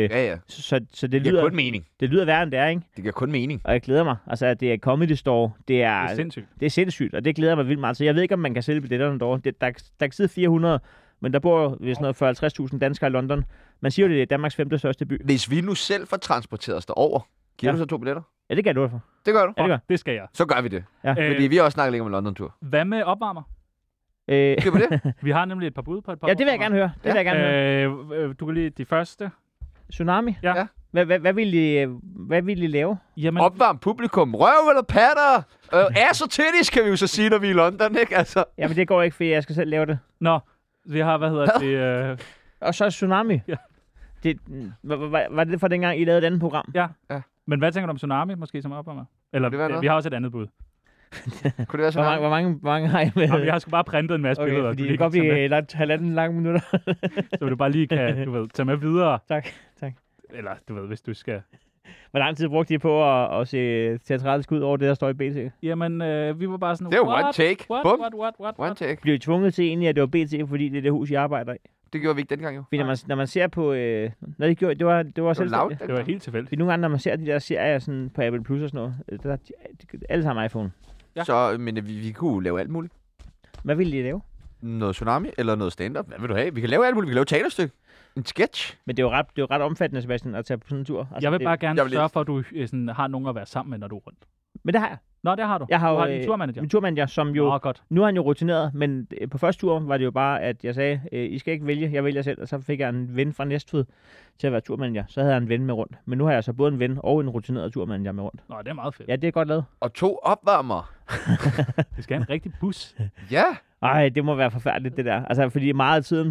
Så det lyder... kun mening. Det lyder værre, end det er, ikke? Det giver kun mening. Og jeg glæder mig. Altså, det er Comedy Store. Det er sindssygt. Det er sindssygt, og det glæder mig vildt meget. Så jeg ved ikke, om man kan sælge billetterne derovre. Der kan sidde 400, men der bor vist noget 40-50.000 danskere i London. Man siger jo, det er Danmarks 5. største by. Hvis vi nu selv får transporteret os derover, giver du så 2 billetter? Ja, det kan jeg for. Det gør du? Ja, det gør. Det skal jeg. Så gør vi det. Ja. Fordi vi har også snakket længe om en London-tur. Hvad med opvarmer? Skal vi det? Vi har nemlig et par bud på et par. Ja, det vil jeg gerne høre. Det vil jeg gerne høre. Du kan lide de første. Tsunami? Ja. Hvad vil I lave? Jamen, opvarm publikum. Røv eller patter? Ass og titties, kan vi jo så sige, når vi er i London, ikke? Altså. Jamen, det går ikke, fordi jeg skal selv lave det. Nå, vi har, det? Og så Tsunami. Ja. Var det for dengang, I lavede et andet program? Ja. Men hvad tænker du om Tsunami, måske som opvarmer? Eller vi har også et andet bud. Kunne det være så langt? Hvor mange har I med? Jamen, jeg har sgu bare printet en masse billeder. Fordi det kan godt blive halvanden lange minutter. Så du bare lige kan, tage med videre. Tak. Eller, hvis du skal... Hvor lang tid brugte I på at se teatralsk ud over det, der står i BT? Jamen, vi var bare sådan... Det er jo one take. What? One take. Blev I tvunget til egentlig, at det var BT, fordi det er det hus, I arbejder i? Det gjorde vi ikke dengang jo. Fordi når man ser på... det var selvstændigt. Det var helt tilfældigt. Fordi nogle gange, når man ser de der serier sådan på Apple Plus og sådan noget, alle sammen iPhone. Ja. Så, men vi kunne lave alt muligt. Hvad ville I lave? Noget Tsunami eller noget stand-up. Hvad vil du have? Vi kan lave alt muligt. Vi kan lave et teaterstykke. En sketch. Men det er jo ret omfattende, Sebastian, at tage på sådan en tur. Altså, jeg vil bare gerne sørge for, at du sådan, har nogen at være sammen med, når du er rundt. Men det har jeg. Nå, det har du. Jeg har du har din turmanager. Min turmanager, som jo... godt. Nu er han jo rutineret, men på første tur var det jo bare, at jeg sagde, I skal ikke vælge, jeg vælger selv. Og så fik jeg en ven fra Næstved til at være turmanager. Så havde jeg en ven med rundt. Men nu har jeg så både en ven og en rutineret turmanager med rundt. Nå, det er meget fedt. Ja, det er godt lavet. Og 2 opvarmer. Det skal en rigtig bus. Ja. Ej, det må være forfærdeligt, det der. Altså, fordi meget af tiden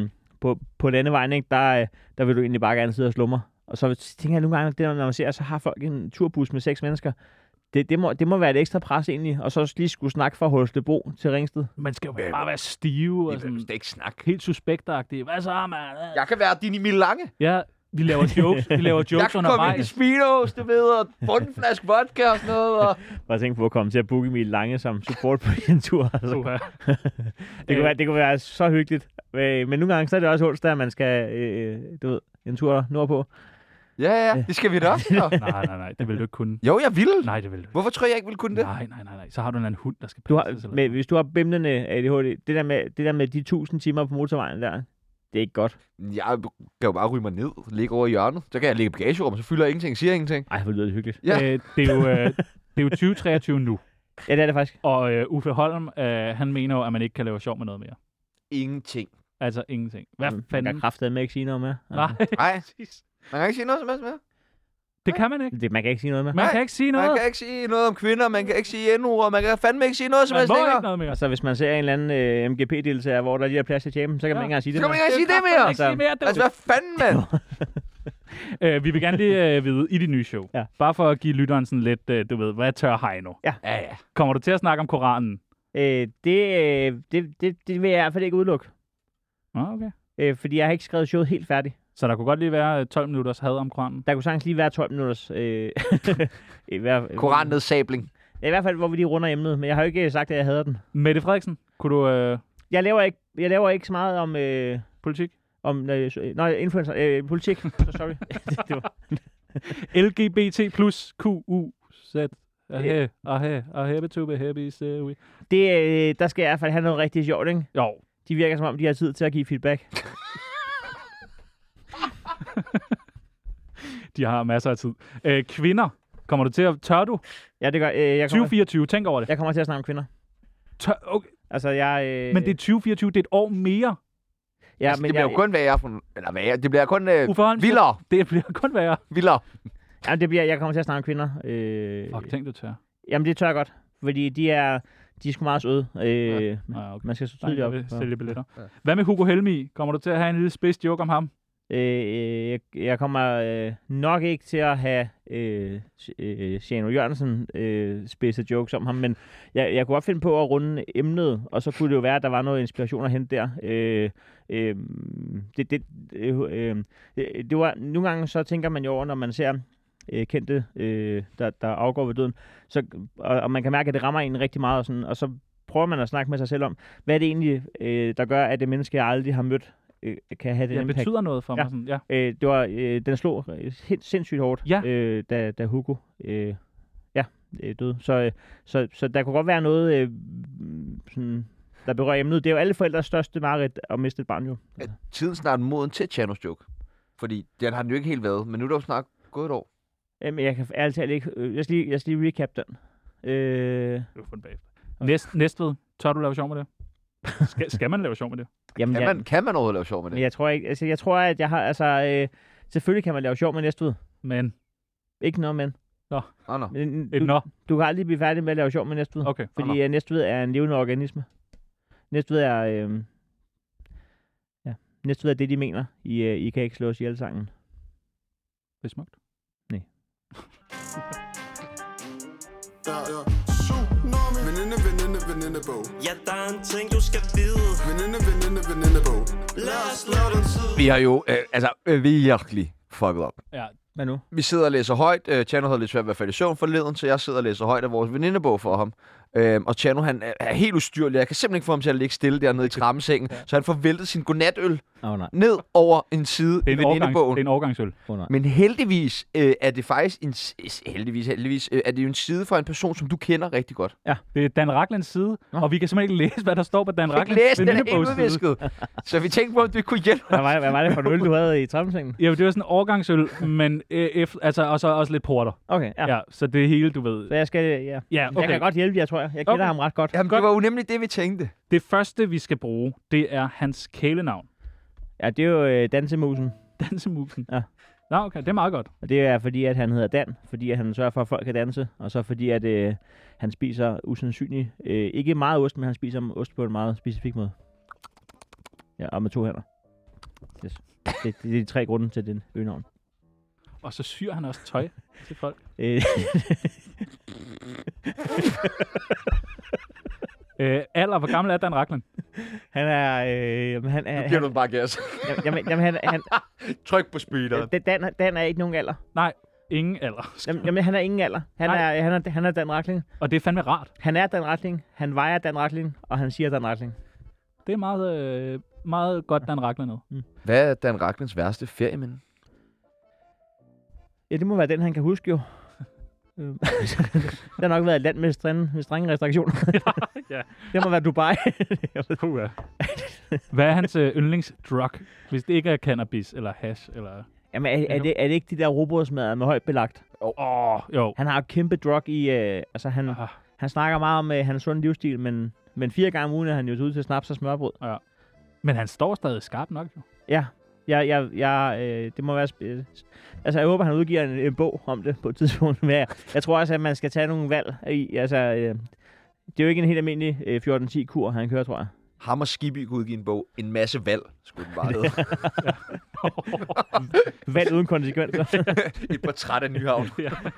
på landevejen, ikke, der vil du egentlig bare gerne sidde og slumre. Og så tænker jeg nogle gange, det, når man ser, så har folk en turbus med 6 mennesker. Det må være et ekstra pres egentlig, og så lige skulle snakke fra Holstebro til Ringsted. Man skal jo bare være stive og sådan. Det ikke snakke. Helt suspektagtigt. Hvad så, mand? Jeg kan være din Emil Lange. Ja, vi laver jokes. Jeg kan komme ind i Speedos, du ved, og få en flaske vodka og sådan noget. Og... Bare tænk på at komme til at booke Emil Lange som support på en tur. Altså. Det kunne være så hyggeligt. Men nogle gange så er det også onsdag, at man skal en tur nordpå. Ja, det skal vi da også. Nej, det vil du ikke kunne. Jo, jeg vil. Nej, det vil du. Hvorfor tror jeg ikke vil kunne det? Nej. Så har du en hund, der skal passe. Hvis du har bimlende ADHD, det der med de 1000 timer på motorvejen der, det er ikke godt. Jeg kan jo bare ryge mig ned, ligge over i hjørnet. Så kan jeg ligge i bagagerummet, så fylder jeg ingenting, siger ingenting. Ej, hvor lyder det hyggeligt. Ja. Det er jo 2023 nu. Ja, det er det faktisk. Og Uffe Holm, han mener jo, at man ikke kan lave sjov med noget mere. Ingenting. Altså ingenting. Hvad fanden? Man kan kraftedeme ikke sige noget mere. Nej. Man kan ikke sige noget som helst mere. Det kan man ikke. Man kan ikke sige noget mere. Man kan ikke sige noget. Man kan ikke sige noget om kvinder, man kan ikke sige endnu, man kan fandme ikke sige noget som helst længere. Altså, hvis man ser en eller anden MGP-deltager, hvor der lige er plads til tjemen, så kan man ikke engang sige det. Så kan man ikke engang sige det mere. Altså, hvad fanden, mand? Vi vil gerne lige vide i dit nye show. Ja. Bare for at give lytteren sådan lidt, du ved, hvad tør Heino? Ja. Kommer du til at snakke om Koranen? Det vil jeg i hvert fald ikke udelukke. Okay. Fordi jeg har ikke skrevet showet helt færdigt. Så der kunne godt lige være 12 minutters had om Koranen? Der kunne sagtens lige være 12 minutters... Korannedsabling. I hvert fald, hvor vi lige runder emnet. Men jeg har jo ikke sagt, at jeg hader den. Mette Frederiksen, kunne du... Jeg laver ikke så meget om... politik? Influencer. Politik. Så sorry. Det var... LGBT plus QUZ. Der skal jeg i hvert fald have noget rigtig sjovt, ikke? Jo. De virker som om, de har tid til at give feedback. De har masser af tid. Kvinder. Kommer du til at... Tør du? Ja, det gør 2024. Tænk over det. Jeg kommer til at snakke om kvinder. Okay. Altså, jeg... Men det er 2024. Det er et år mere. Ja, altså, men det bliver jo kun værre. Eller værre. Det bliver kun vildere. Det bliver kun værre. Vildere. Ja, jeg kommer til at snakke om kvinder. Fuck, tænk du tør. Jamen, det tør jeg godt. Fordi de er sgu meget søde. Okay. Man skal så tydeligt op. Sælge billetter. Ja. Hvad med Hugo Helmi? Kommer du til at have en lille spids joke om ham? Jeg kommer nok ikke til at have Sjano Jørgensen spidse jokes om ham, men jeg kunne godt finde på at runde emnet, og så kunne det jo være, at der var noget inspiration at hente der. Det var, nogle gange så tænker man jo over, når man ser kendte, der afgår ved døden, så, og man kan mærke, at det rammer en rigtig meget, og så prøver man at snakke med sig selv om, hvad er det egentlig, der gør, at det menneske, jeg aldrig har mødt, kan have det impact. Det betyder noget for mig. Sådan, ja. Det var, den slog sindssygt hårdt, da Hugo døde. Så der kunne godt være noget, sådan, der berører emnet. Det er jo alle forældres største mareridt at miste et barn jo. Er tiden snart moden til Chanos joke? Fordi den har den jo ikke helt været, men nu er der jo snart gået et år. Jamen, jeg kan ærligt talt ikke... Jeg skal lige recap den. Det var fundet bagefter. Næstved, tør du lave sjov med det? Skal man lave sjov med det? Jamen, kan man overhovedet lave sjov med det? Jeg tror ikke... Altså, jeg tror, at jeg har... selvfølgelig kan man lave sjov med Næstved. Men? Ikke noget, men. Nå. Du kan aldrig blive færdig med at lave sjov med Næstved. Okay. Fordi Næstved er en levende organisme. Næstved er... Næstved er det, de mener. I kan ikke slå os ihjel sangen. Det er smukt. Nej. Ja. Venindebog. Ja, der er en ting, du skal vide. Venindebog. Lad os slå den tid. Vi har jo virkelig fucket op. Ja. Hvad nu? Vi sidder og læser højt. Chano havde lidt svært ved at falde i søvn forleden, så jeg sidder og læser højt af vores venindebog for ham. Og Chano, han er helt ustyrlig. Jeg kan simpelthen ikke få ham til at ligge stille dernede i krammesengen, så han får væltet sin godnatøl ned over en side i venindebogen. Det er en årgangsøl. Men heldigvis er det faktisk heldigvis er det jo en side fra en person, som du kender rigtig godt. Ja, det er Dan Rachlins side, og vi kan simpelthen ikke læse, hvad der står på Dan Rachlins venindebogsside. Så vi tænkte på, at du kunne hjælpe. Hvad var det for en øl, du havde i trammesengen? Ja, det var sådan en årgangsøl, men og så også lidt porter. Okay, ja. Så det hele, du ved. Så jeg skal, ja. Ja, okay. Jeg kan godt hjælpe jer, tror jeg. Jeg kender ham ret godt. Jamen, det var jo nemlig det, vi tænkte. Det første, vi skal bruge, det er hans kælenavn. Ja, det er jo Dansemusen. Dansemusen? Ja. Nå, okay, det er meget godt. Og det er fordi, at han hedder Dan, fordi at han sørger for, at folk kan danse, og så fordi, at han spiser usandsynligt, ikke meget ost, men han spiser ost på en meget specifik måde. Ja, og med 2 hænder. Yes. Det er de 3 grunde til den øgenavn. Og så syr han også tøj til folk. Alder, hvor gammel er Dan Rachlin? Han er... Nu giver du bare gas. Jamen, han tryk på speederen. Dan er ikke nogen alder. Nej, ingen alder. Jamen, han er ingen alder. Han er Dan Rachlin. Og det er fandme rart. Han er Dan Rachlin. Han vejer Dan Rachlin, og han siger Dan Rachlin. Det er meget godt, Dan Rachlin noget. Hvad er Dan Rachlins værste ferieminde? Ja, det må være den, han kan huske jo. Det har nok været et land med strenge restriktioner. Ja. Det må være Dubai. Hvad er hans yndlingsdrug, hvis det ikke er cannabis eller hash? Eller... Jamen, er det ikke de der robotsmadder med højt belagt? Jo. Han har et kæmpe drug i... Han snakker meget om hans sunde livsstil, men 4 gange om ugen er han jo ude til snaps og smørbrød. Ja. Men han står stadig skarp nok, jo. Ja. Det må være... Altså, jeg håber, han udgiver en bog om det på et tidspunkt. Men jeg tror også, at man skal tage nogle valg i. Altså, det er jo ikke en helt almindelig 14-10-kur, han kører, tror jeg. Ham og Skibby kunne udgive en bog. En masse valg, skulle den bare hedde. Valg uden konsekvenser. Et portræt af Nyhavn.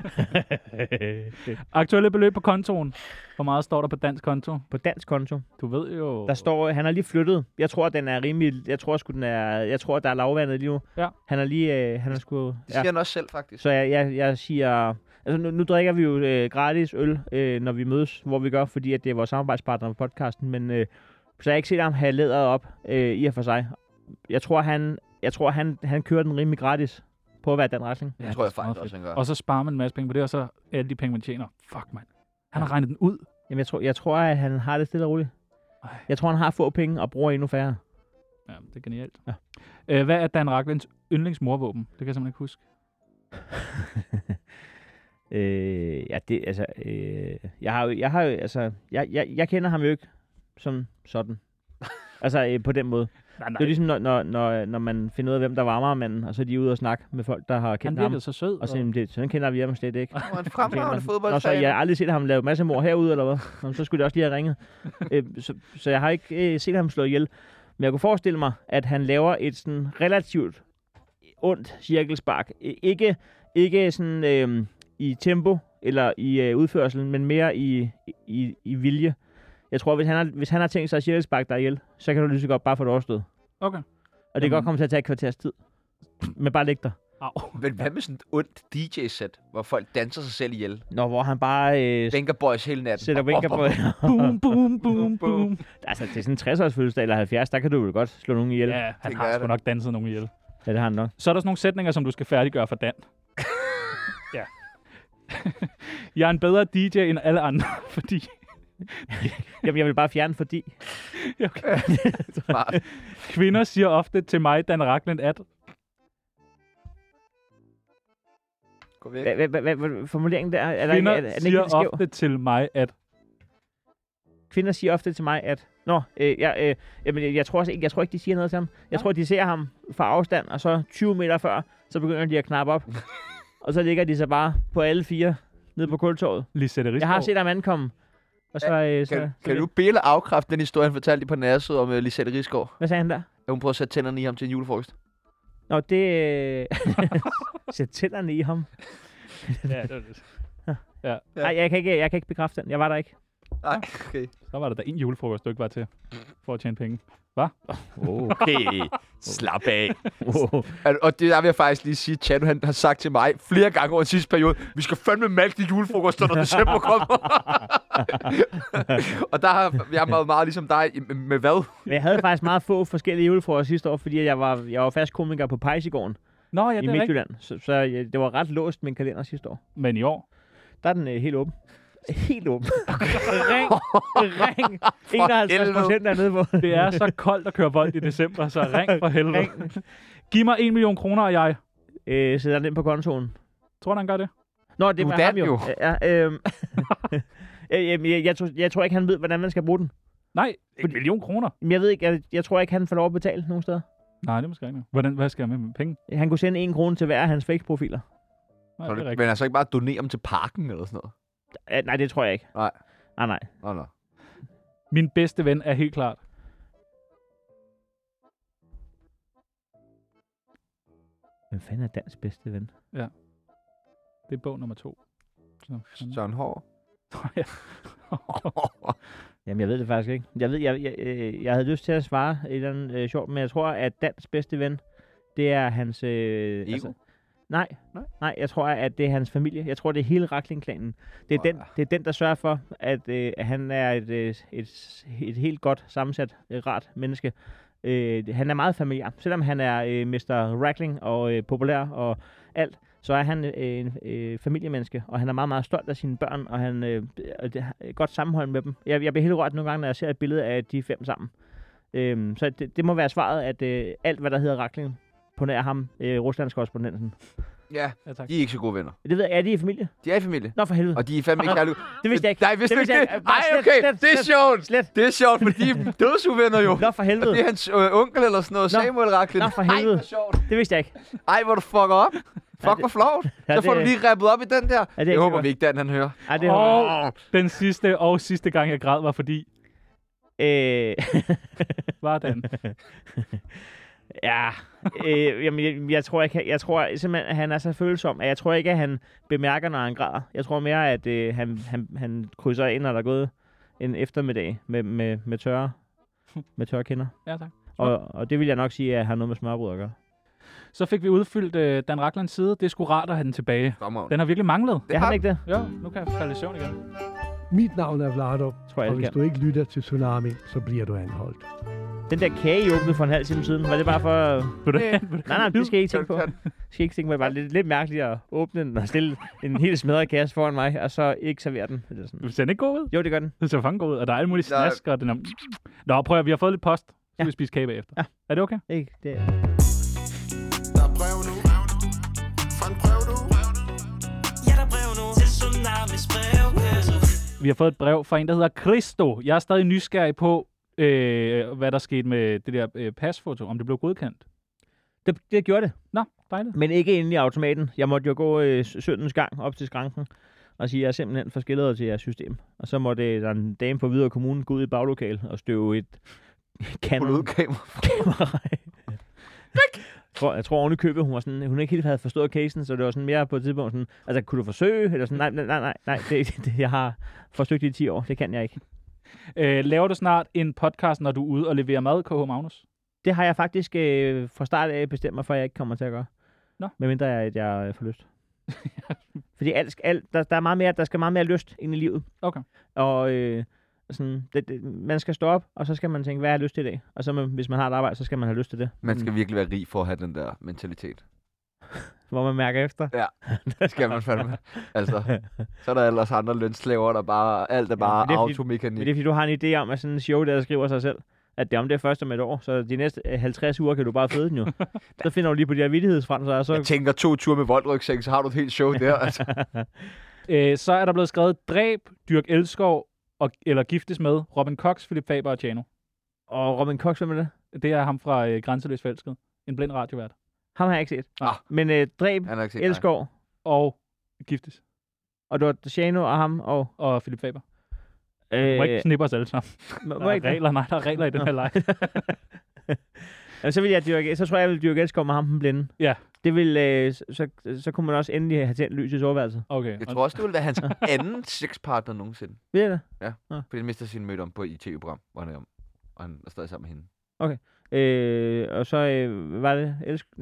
Aktuelle beløb på kontoen. Hvor meget står der på dansk konto? På dansk konto? Du ved jo... Der står, han har lige flyttet. Jeg tror, den er rimelig... Jeg tror, der er lavvandet lige nu. Ja. Han er lige... han er sgu... Det siger han også selv, faktisk. Så jeg siger... Altså, nu drikker vi jo gratis øl, når vi mødes, hvor vi gør, fordi at det er vores samarbejdspartner på podcasten, men... Så jeg har ikke set ham have læderet op i og for sig. Jeg tror, han kører den rimelig gratis på at være Dan Rachlin. Ja, det tror jeg faktisk også, han gør. Og så sparer man en masse penge på det, og så alle de penge, man tjener. Fuck, man. Han har regnet den ud. Jamen, jeg tror, at han har det stille og roligt. Jeg tror, han har få penge og bruger endnu færre. Ja, det er genialt. Ja. Hvad er Dan Rachlins yndlingsmorvåben? Det kan jeg simpelthen ikke huske. Jeg kender ham jo ikke som sådan. Altså på den måde. Nej. Det er ligesom, når man finder ud af, hvem der var Amagermanden, og så er de ude og snakke med folk, der har kendt ham. Han virkede så sød. Og sådan kender vi ham slet ikke. Han er en fremragende fodboldfan. Og så jeg har aldrig set ham lave masser af mord herude, eller hvad? Så skulle det også lige have ringet. Så jeg har ikke set ham slå ihjel. Men jeg kunne forestille mig, at han laver et sådan relativt ondt cirkelspark. Ikke sådan i tempo eller i udførselen, men mere i vilje. Jeg tror, hvis han har tænkt sig at cirkelspark dig ihjel, så kan du lige så godt bare få det overstået. Okay. Og det kan godt komme til at tage et kvarters tid. Men bare læg dig. Men hvad med sådan et ondt DJ-sæt, hvor folk danser sig selv ihjel? Nå, hvor han bare... Vinker boys hele natten. Sætter vinker boys. Boom, boom, boom, boom. Altså, det er sådan en 60-års fødselsdag eller 70, der kan du vel godt slå nogen ihjel. Ja, han har sgu nok danset nogen ihjel. Ja, det har han nok. Så er der sådan nogle sætninger, som du skal færdiggøre for Dan. Ja. Jeg er en bedre DJ end alle andre, fordi... Jamen, jeg vil bare fjerne fordi. Okay. Kvinder siger ofte til mig, Dan Rachlin, at... Gå væk. Hvad formuleringen der? Kvinder siger ofte til mig, at... Kvinder siger ofte til mig, at... jeg tror ikke, de siger noget til ham. Jeg tror, de ser ham fra afstand, og så 20 meter før, så begynder de at knappe op. Og så ligger de så bare på alle 4 nede på Kultorvet. Jeg har set ham ankomme. Og så, kan du bede afkræfte den historie, han fortalte på Nærsød om Lisette Risgaard? Hvad sagde han der? At hun prøvede at sætte tænderne i ham til en julefrokost. Nå, det... sætte tænderne i ham? Ja, det var det. Ja. Nej, jeg kan ikke bekræfte den. Jeg var der ikke. Nej, okay. Så var der da en julefrokost, du ikke var til for at tjene penge. Hvad? Okay, slap af. Og det der vil jeg faktisk lige sige, Chano, han har sagt til mig flere gange over den sidste periode, vi skal fandme mælke de julefrokoster, når december kommer. Og der har jeg været meget ligesom dig med hvad? Jeg havde faktisk meget få forskellige julefrokoster sidste år, fordi jeg var fast komiker på Pejsigården i Midtjylland. Så det var ret låst min kalender sidste år. Men i år? Der er den helt åben. Helt åben. Ring. 51% dernede på. Det er så koldt at køre bold i december, så ring for helvede. Giv mig 1 million kroner, og jeg sætter den ind på kontoen. Tror du, han gør det? Nå, det var ham jo. Jeg tror ikke, han ved, hvordan man skal bruge den. Nej, 1 million kroner. Jeg ved ikke, jeg tror ikke, han får lov at betale nogen steder. Nej, det er måske ikke. Hvad skal jeg med penge? Han kunne sende 1 krone til hver af hans fake-profiler. Nej, men altså ikke bare donere dem til parken eller sådan noget? Nej, det tror jeg ikke. Nej. Nej. Min bedste ven er helt klart. Hvem fanden er Dans bedste ven? Ja. Det er bog nummer 2. Søren Hård. Jamen, jeg ved det faktisk ikke. Jeg havde lyst til at svare et eller andet sjovt, men jeg tror, at Dans bedste ven, det er hans... Nej, jeg tror, at det er hans familie. Jeg tror, det er hele Rackling-klanen. Det er den, der sørger for, at han er et helt godt sammensat, rart menneske. Han er meget familiær. Selvom han er Mr. Rackling og populær og alt, så er han en familiemenneske, og han er meget, meget stolt af sine børn, og han er godt sammenhold med dem. Jeg bliver helt rørt nogle gange, når jeg ser et billede af de 5 sammen. Så det må være svaret, at alt, hvad der hedder Rackling, på nær ham, Ruslands-korrespondenten. Ja, de er ikke så gode venner. Det ved jeg. Er de i familie? De er i familie. Nå, for helvede. Og de er fandme ikke kærlige. Det vidste jeg ikke. Nej, vidste du ikke det? Nej, okay. Det er sjovt. Slet. Det er sjovt, for de er dødsuvenner jo. Nå, for helvede. Og det er hans onkel eller sådan noget, Samuel Racklin. Nå, for helvede. Ej, sjovt. Det vidste jeg ikke. Ej, hvor du fucker op. Fuck, hvor flot. Så får du lige rappet op i den der. Jeg håber vi ikke, Dan han hører. Ej, det og den sidste gang, jeg græd, var fordi... Var den? Ja, jeg tror simpelthen, at han er så følsom, at jeg tror ikke, at han bemærker, når han græder. Jeg tror mere, at han krydser ind, når der er gået en eftermiddag med tørre kinder. Ja, tak. Og det vil jeg nok sige, at har noget med smørbrød at gøre. Så fik vi udfyldt Dan Racklands side. Det er sgu rart at have den tilbage. Den har virkelig manglet. Det har den ikke det? Ja, nu kan jeg falde i søvn igen. Mit navn er Vlado, og hvis du ikke lytter til Tsunami, så bliver du anholdt. Den der kage, I åbnede for en halv time siden, var det bare for... Nej, det skal jeg ikke tænke på. Det skal ikke tænke på. Det var lidt mærkeligt at åbne den og stille en helt smadret kasse foran mig, og så ikke servere den. Du ser den ikke god ud? Jo, det gør den. Det ser fandme god ud, og der er alle mulige snask, og den er... Nå, prøv at vi har fået lidt post, så vi spise kage bagefter. Ja. Er det okay? Ikke, det er... Der er brev nu. Fra en brev nu. Ja, der er brev nu. Til Tsunamis brevkasse. Vi har fået et brev fra en, der hedder Christo. Jeg er stadig nysgerrig på, hvad der skete med det der pasfoto, om det blev godkendt. Det gjorde det. Nå, dejligt. Men ikke inde i automaten. Jeg måtte jo gå 17. gang op til skranken og sige, at jeg er simpelthen forskillet til jeres system. Og så måtte der en dame på Hvidovre Kommune gå ud i baglokal og støve et kamera. Jeg tror oven i købet, hun ikke helt havde forstået casen, så det var sådan mere på et tidspunkt sådan, altså kunne du forsøge? Eller sådan, nej, det jeg har forsøgt i 10 år, det kan jeg ikke. Laver du snart en podcast, når du er ude og leverer mad, KH Magnus? Det har jeg faktisk fra start af bestemt mig for, at jeg ikke kommer til at gøre. Nå. Medmindre jeg får lyst. Fordi der er meget mere, der skal meget mere lyst ind i livet. Okay. Og sådan, man skal stå op, og så skal man tænke, hvad har jeg lyst til i dag? Og så hvis man har et arbejde, så skal man have lyst til det. Man skal virkelig være rig for at have den der mentalitet. Hvor man mærker efter. Ja, det skal man fandme. Altså, så er der ellers andre lønslaver, der bare, alt er bare automekanik. Men det er fordi, du har en idé om, at sådan en show, der skriver sig selv, at det er om det først om et år, så de næste 50 uger kan du bare føde den jo. Så finder du lige på de her vittighedsfrem, så... Jeg tænker 2 ture med voldrygsæk, så har du et helt show der, altså. Så er der blevet skrevet dræb, dyrk elskov, eller giftes med Robin Cox, Philip Faber og Tjano. Og Robin Cox, hvem er det? Det er ham fra Grænseløs Forelsket. En blind radiovært. Ham har jeg ikke set. Men dræb, elskov og giftes. Og du har Tjano og ham og Philip Faber. Må ikke knippe os alle sammen. Der er regler i den her leg. Så vil jeg dyrke, så tror jeg vil dyrke elskov med ham den blinde. Ja. Det vil, så kunne man også endelig have tændt lys i soveværelset. Okay. Jeg tror også, det vil være hans anden sexpartner nogensinde. Ved jeg det? Ja, fordi han mister sin møde om på i tv-program, hvor han er om. Og han er stadig sammen med hende. Okay. Og så var det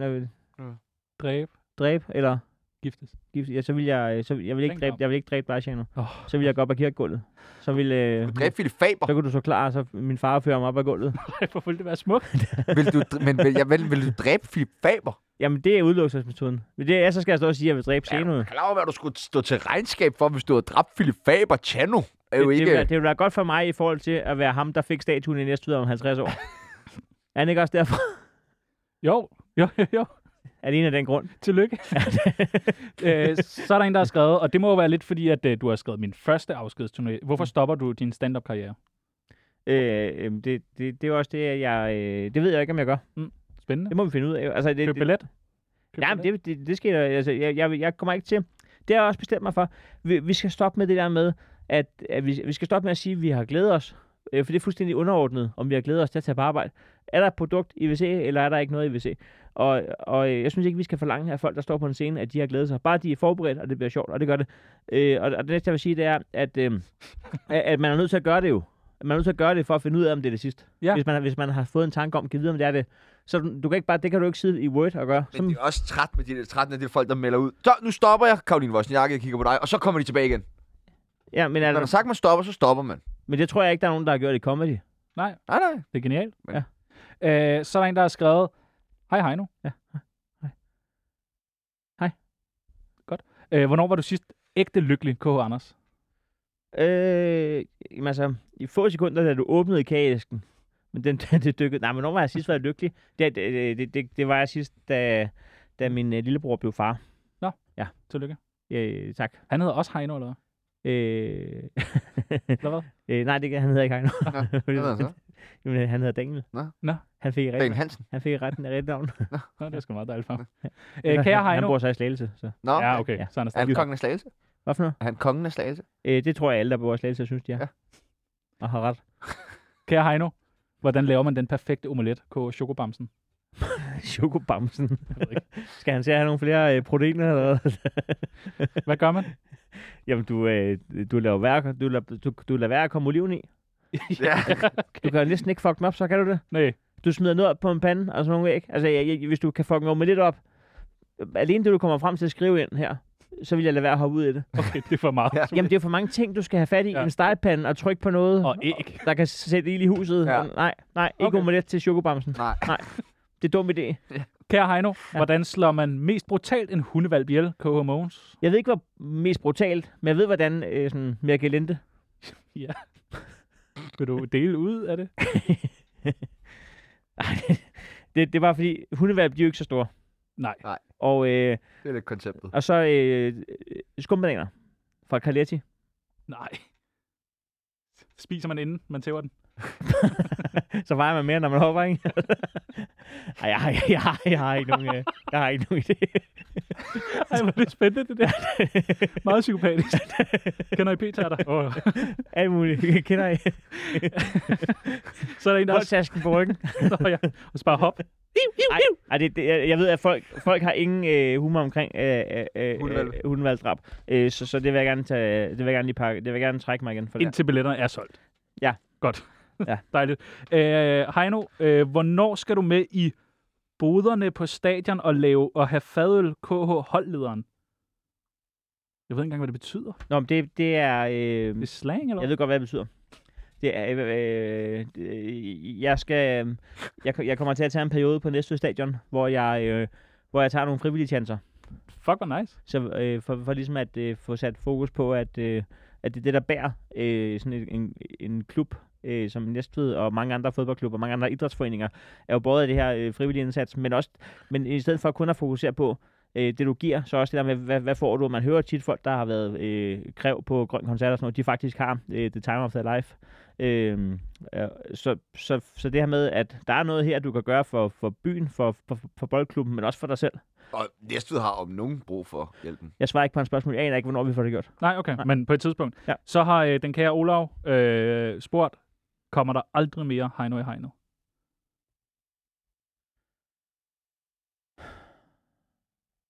dræb eller giftes. Ja, så vil jeg vil ikke dræbe dig, Tjano. Så vil jeg gå op ad kirkegulvet. Så vil du dræbe Philip Faber. Så kunne du så klar, så min far fører mig op ad gulvet. Hvor ville det være smukt. vil du dræbe Philip Faber? Jamen, det er udelukkelsesmetoden. Så skal jeg stå og sige, at jeg vil dræbe Tjano. Jeg er klar over, hvad du skulle stå til regnskab for, hvis du havde dræbt Philip Faber. Tjano er jo ikke... Det vil være godt for mig i forhold til at være ham, der fik statuen i næste om 50 år. Er han ikke også derfor? Jo. Er det en af den grund? Tillykke. Så er der en, der har skrevet, og det må jo være lidt fordi, at du har skrevet min første afskedsturné. Hvorfor stopper du din stand-up-karriere? Det er også det, jeg... det ved jeg ikke, om jeg gør. Spændende. Det må vi finde ud af. Altså, Køb billet? Ja, det sker der. Altså, jeg kommer ikke til... Det har jeg også bestemt mig for. Vi skal stoppe med det der med, at vi skal stoppe med at sige, at vi har glædet os. For det er fuldstændig underordnet, om vi har glædet os til at tage på arbejde. Er der et produkt i VC, eller er der ikke noget i VC? Og jeg synes ikke, vi skal forlange af folk, der står på en scene, at de har glædet sig. Bare de er forberedt, og det bliver sjovt, og det gør det. Og det næste, jeg vil sige, det er, at man er nødt til at gøre det jo. Man er nødt til at gøre det for at finde ud af, om det er det sidste. Ja. Hvis man har fået en tanke om, at vide, om det er det. Så du kan ikke bare, det kan du ikke sidde i Word og gøre. Men det er også træt med de folk, der melder ud. Så, nu stopper jeg, Caroline Wozniacki, jeg kigger på dig, og så kommer de tilbage igen. Ja, men når man har sagt, man stopper, så stopper man. Men det tror jeg ikke, der er nogen, der har gjort i comedy. Nej. Det er genialt. Men... Ja. Så er der en, der har skrevet, hej Heino. Ja, hej. Godt. Hvornår var du sidst ægte lykkelig, K.H. Anders? Jamen altså, i få sekunder, da du åbnede kageæsken, men det dykkede... Nej, men hvornår var jeg sidst været lykkelig? Det var jeg sidst, da min lillebror blev far. Nå, ja. Tillykke. Tak. Han hedder også Heino, eller hvad? Nej, han hedder ikke Heino. Hvad hedder han så? Jamen, han hedder Daniel. Nå. Han fik Daniel Hansen. Han fik rette navn. Nå, det er sgu meget dejligt for ham. Kære Heino. Han bor så i Slagelse. Så. Nå, ja, okay. Ja. Så er han kongen af Slagelse? Hvad for noget? Er han kongen af Slagelse? Det tror jeg alle, der bor i Slagelse, synes de er. Ja. Og har ret. Kære Heino, hvordan laver man den perfekte omelet, Chokobamsen? Chokobamsen? Skal han se at have nogle flere proteiner? Eller? Hvad gør man? Jamen, du lader være at komme oliven i. Ja. Du kan næsten ikke fuck dem op, så kan du det? Nej. Du smider noget op på en pande, og sådan nogle væg. Altså, hvis du kan fuck en omelet op, alene det, du kommer frem til at skrive ind her, så vil jeg lade være at hoppe ud i det. Okay, det er for meget. Ja. Jamen, det er for mange ting, du skal have fat i. Ja. En stegepande og trykke på noget, og æg, der kan sætte ild i huset. Ja. Nej, ikke omelet til chokobamsen. Nej. Det er en dum idé. Ja. Kære Heino, hvordan slår man mest brutalt en hundevalp ihjel, K.H. Mogens? Jeg ved ikke, hvor mest brutalt, men jeg ved, hvordan sådan mere gelente. Ja. Vil du dele ud af det? det er bare fordi, hundevalp, de er jo ikke så store. Nej. Og, det er lidt konceptet. Og så skumbananer fra Carletti. Nej. Spiser man inden man tæver den? Så vejer man mere, når man hopper, ikke? Ej, jeg har ikke nogen idé. Ej, hvor er det spændende, det der. Meget psykopatisk. Kender I p-tærter? Alt muligt. Kender I? Så er der en, der har... tasken på ryggen. Nå, ja. Og så bare hop. Jeg ved, at folk har ingen humor omkring hundevalgsdrab. Så det vil jeg gerne tage. Det vil jeg gerne trække mig igen for det. Indtil billetterne er solgt. Ja. Godt. Ja. Dejligt. Heino, hvornår skal du med i boderne på stadion og have fadøl KH holdlederen? Jeg ved ikke engang, hvad det betyder. Nå, men det er... det er slang, eller? Jeg ved godt, hvad det betyder. Det er... jeg kommer til at tage en periode på Næstved Stadion, hvor jeg tager nogle frivillige chancer. Fuck, hvor nice. Så for ligesom at få sat fokus på, at det er det, der bærer sådan en klub, som Næstved og mange andre fodboldklubber og mange andre idrætsforeninger, er jo både af det her frivillige indsats, men i stedet for kun at fokusere på det, du giver, så også det der med, hvad får du? Man hører tit folk, der har været kræv på Grøn Koncert og sådan noget, de faktisk har the time of their life. Så det her med, at der er noget her, du kan gøre for byen, for boldklubben, men også for dig selv. Og Næstved har om nogen brug for hjælpen. Jeg svarer ikke på en spørgsmål. Jeg aner ikke, hvornår vi får det gjort. Nej, okay. Men på et tidspunkt. Ja. Så har den kære Olav spurgt, kommer der aldrig mere Heino i Heino?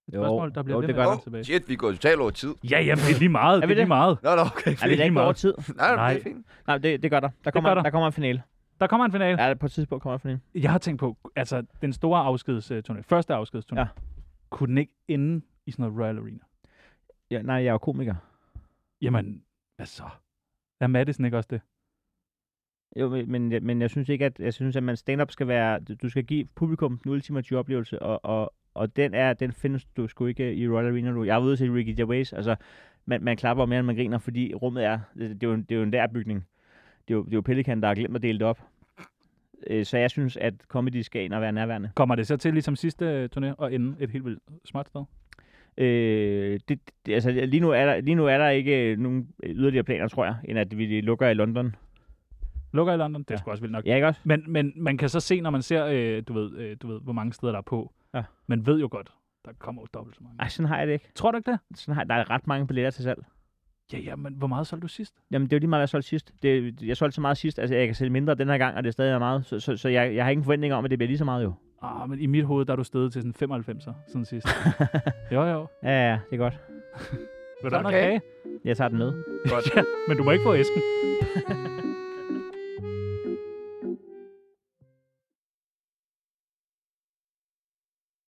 spørgsmål, der bliver det gør der tilbage. Shit, vi går totalt over tid. Ja, jamen, det er lige meget. Det er lige meget. Nå, okay. Er vi da ikke over tid? Nej, det er fint. Nej, det gør der. Der kommer en finale. Der kommer en finale? Ja, på et tidspunkt kommer en finale. Jeg har tænkt på, altså den store afskedsturné, første afskedsturné, kunne den ikke ende i sådan noget Royal Arena? Ja, nej, jeg er jo komiker. Jamen, hvad så? Er Madison ikke også det? Jo, men jeg synes ikke, at man stand-up skal være... Du skal give publikum den ultimative oplevelse, og den findes du sgu ikke i Royal Arena. Jeg har været ude til Ricky Gervais. Altså, man klapper mere, end man griner, fordi rummet er... Det er jo en lærbygning. Det er jo Pelikan, der har glemt at dele det op. Så jeg synes, at comedy skal ind og være nærværende. Kommer det så til ligesom sidste turné og ende et helt vildt smart sted? Altså, lige nu er der ikke nogen yderligere planer, tror jeg, end at vi lukker i London. Lukker i London? Det er sgu også vildt nok. Ja, ikke også? Men man kan så se, når man ser, du ved, hvor mange steder der er på. Ja. Man ved jo godt, der kommer jo dobbelt så mange. Ej, sådan har jeg det ikke. Tror du ikke det? Der er ret mange billetter til salg. Ja, men hvor meget solgte du sidst? Jamen, det er jo lige meget, hvad jeg solgte sidst. Jeg solgte så meget sidst, altså jeg kan sælge mindre den her gang, og det er stadig meget. Så jeg har ingen forventning om, at det bliver lige så meget jo. Men i mit hoved, der er du stedet til sådan 95'er, sådan sidst. Jo. Ja, det er godt. Vil du have noget kage? Jeg tager den med. Godt. Ja, men du må ikke få æsken.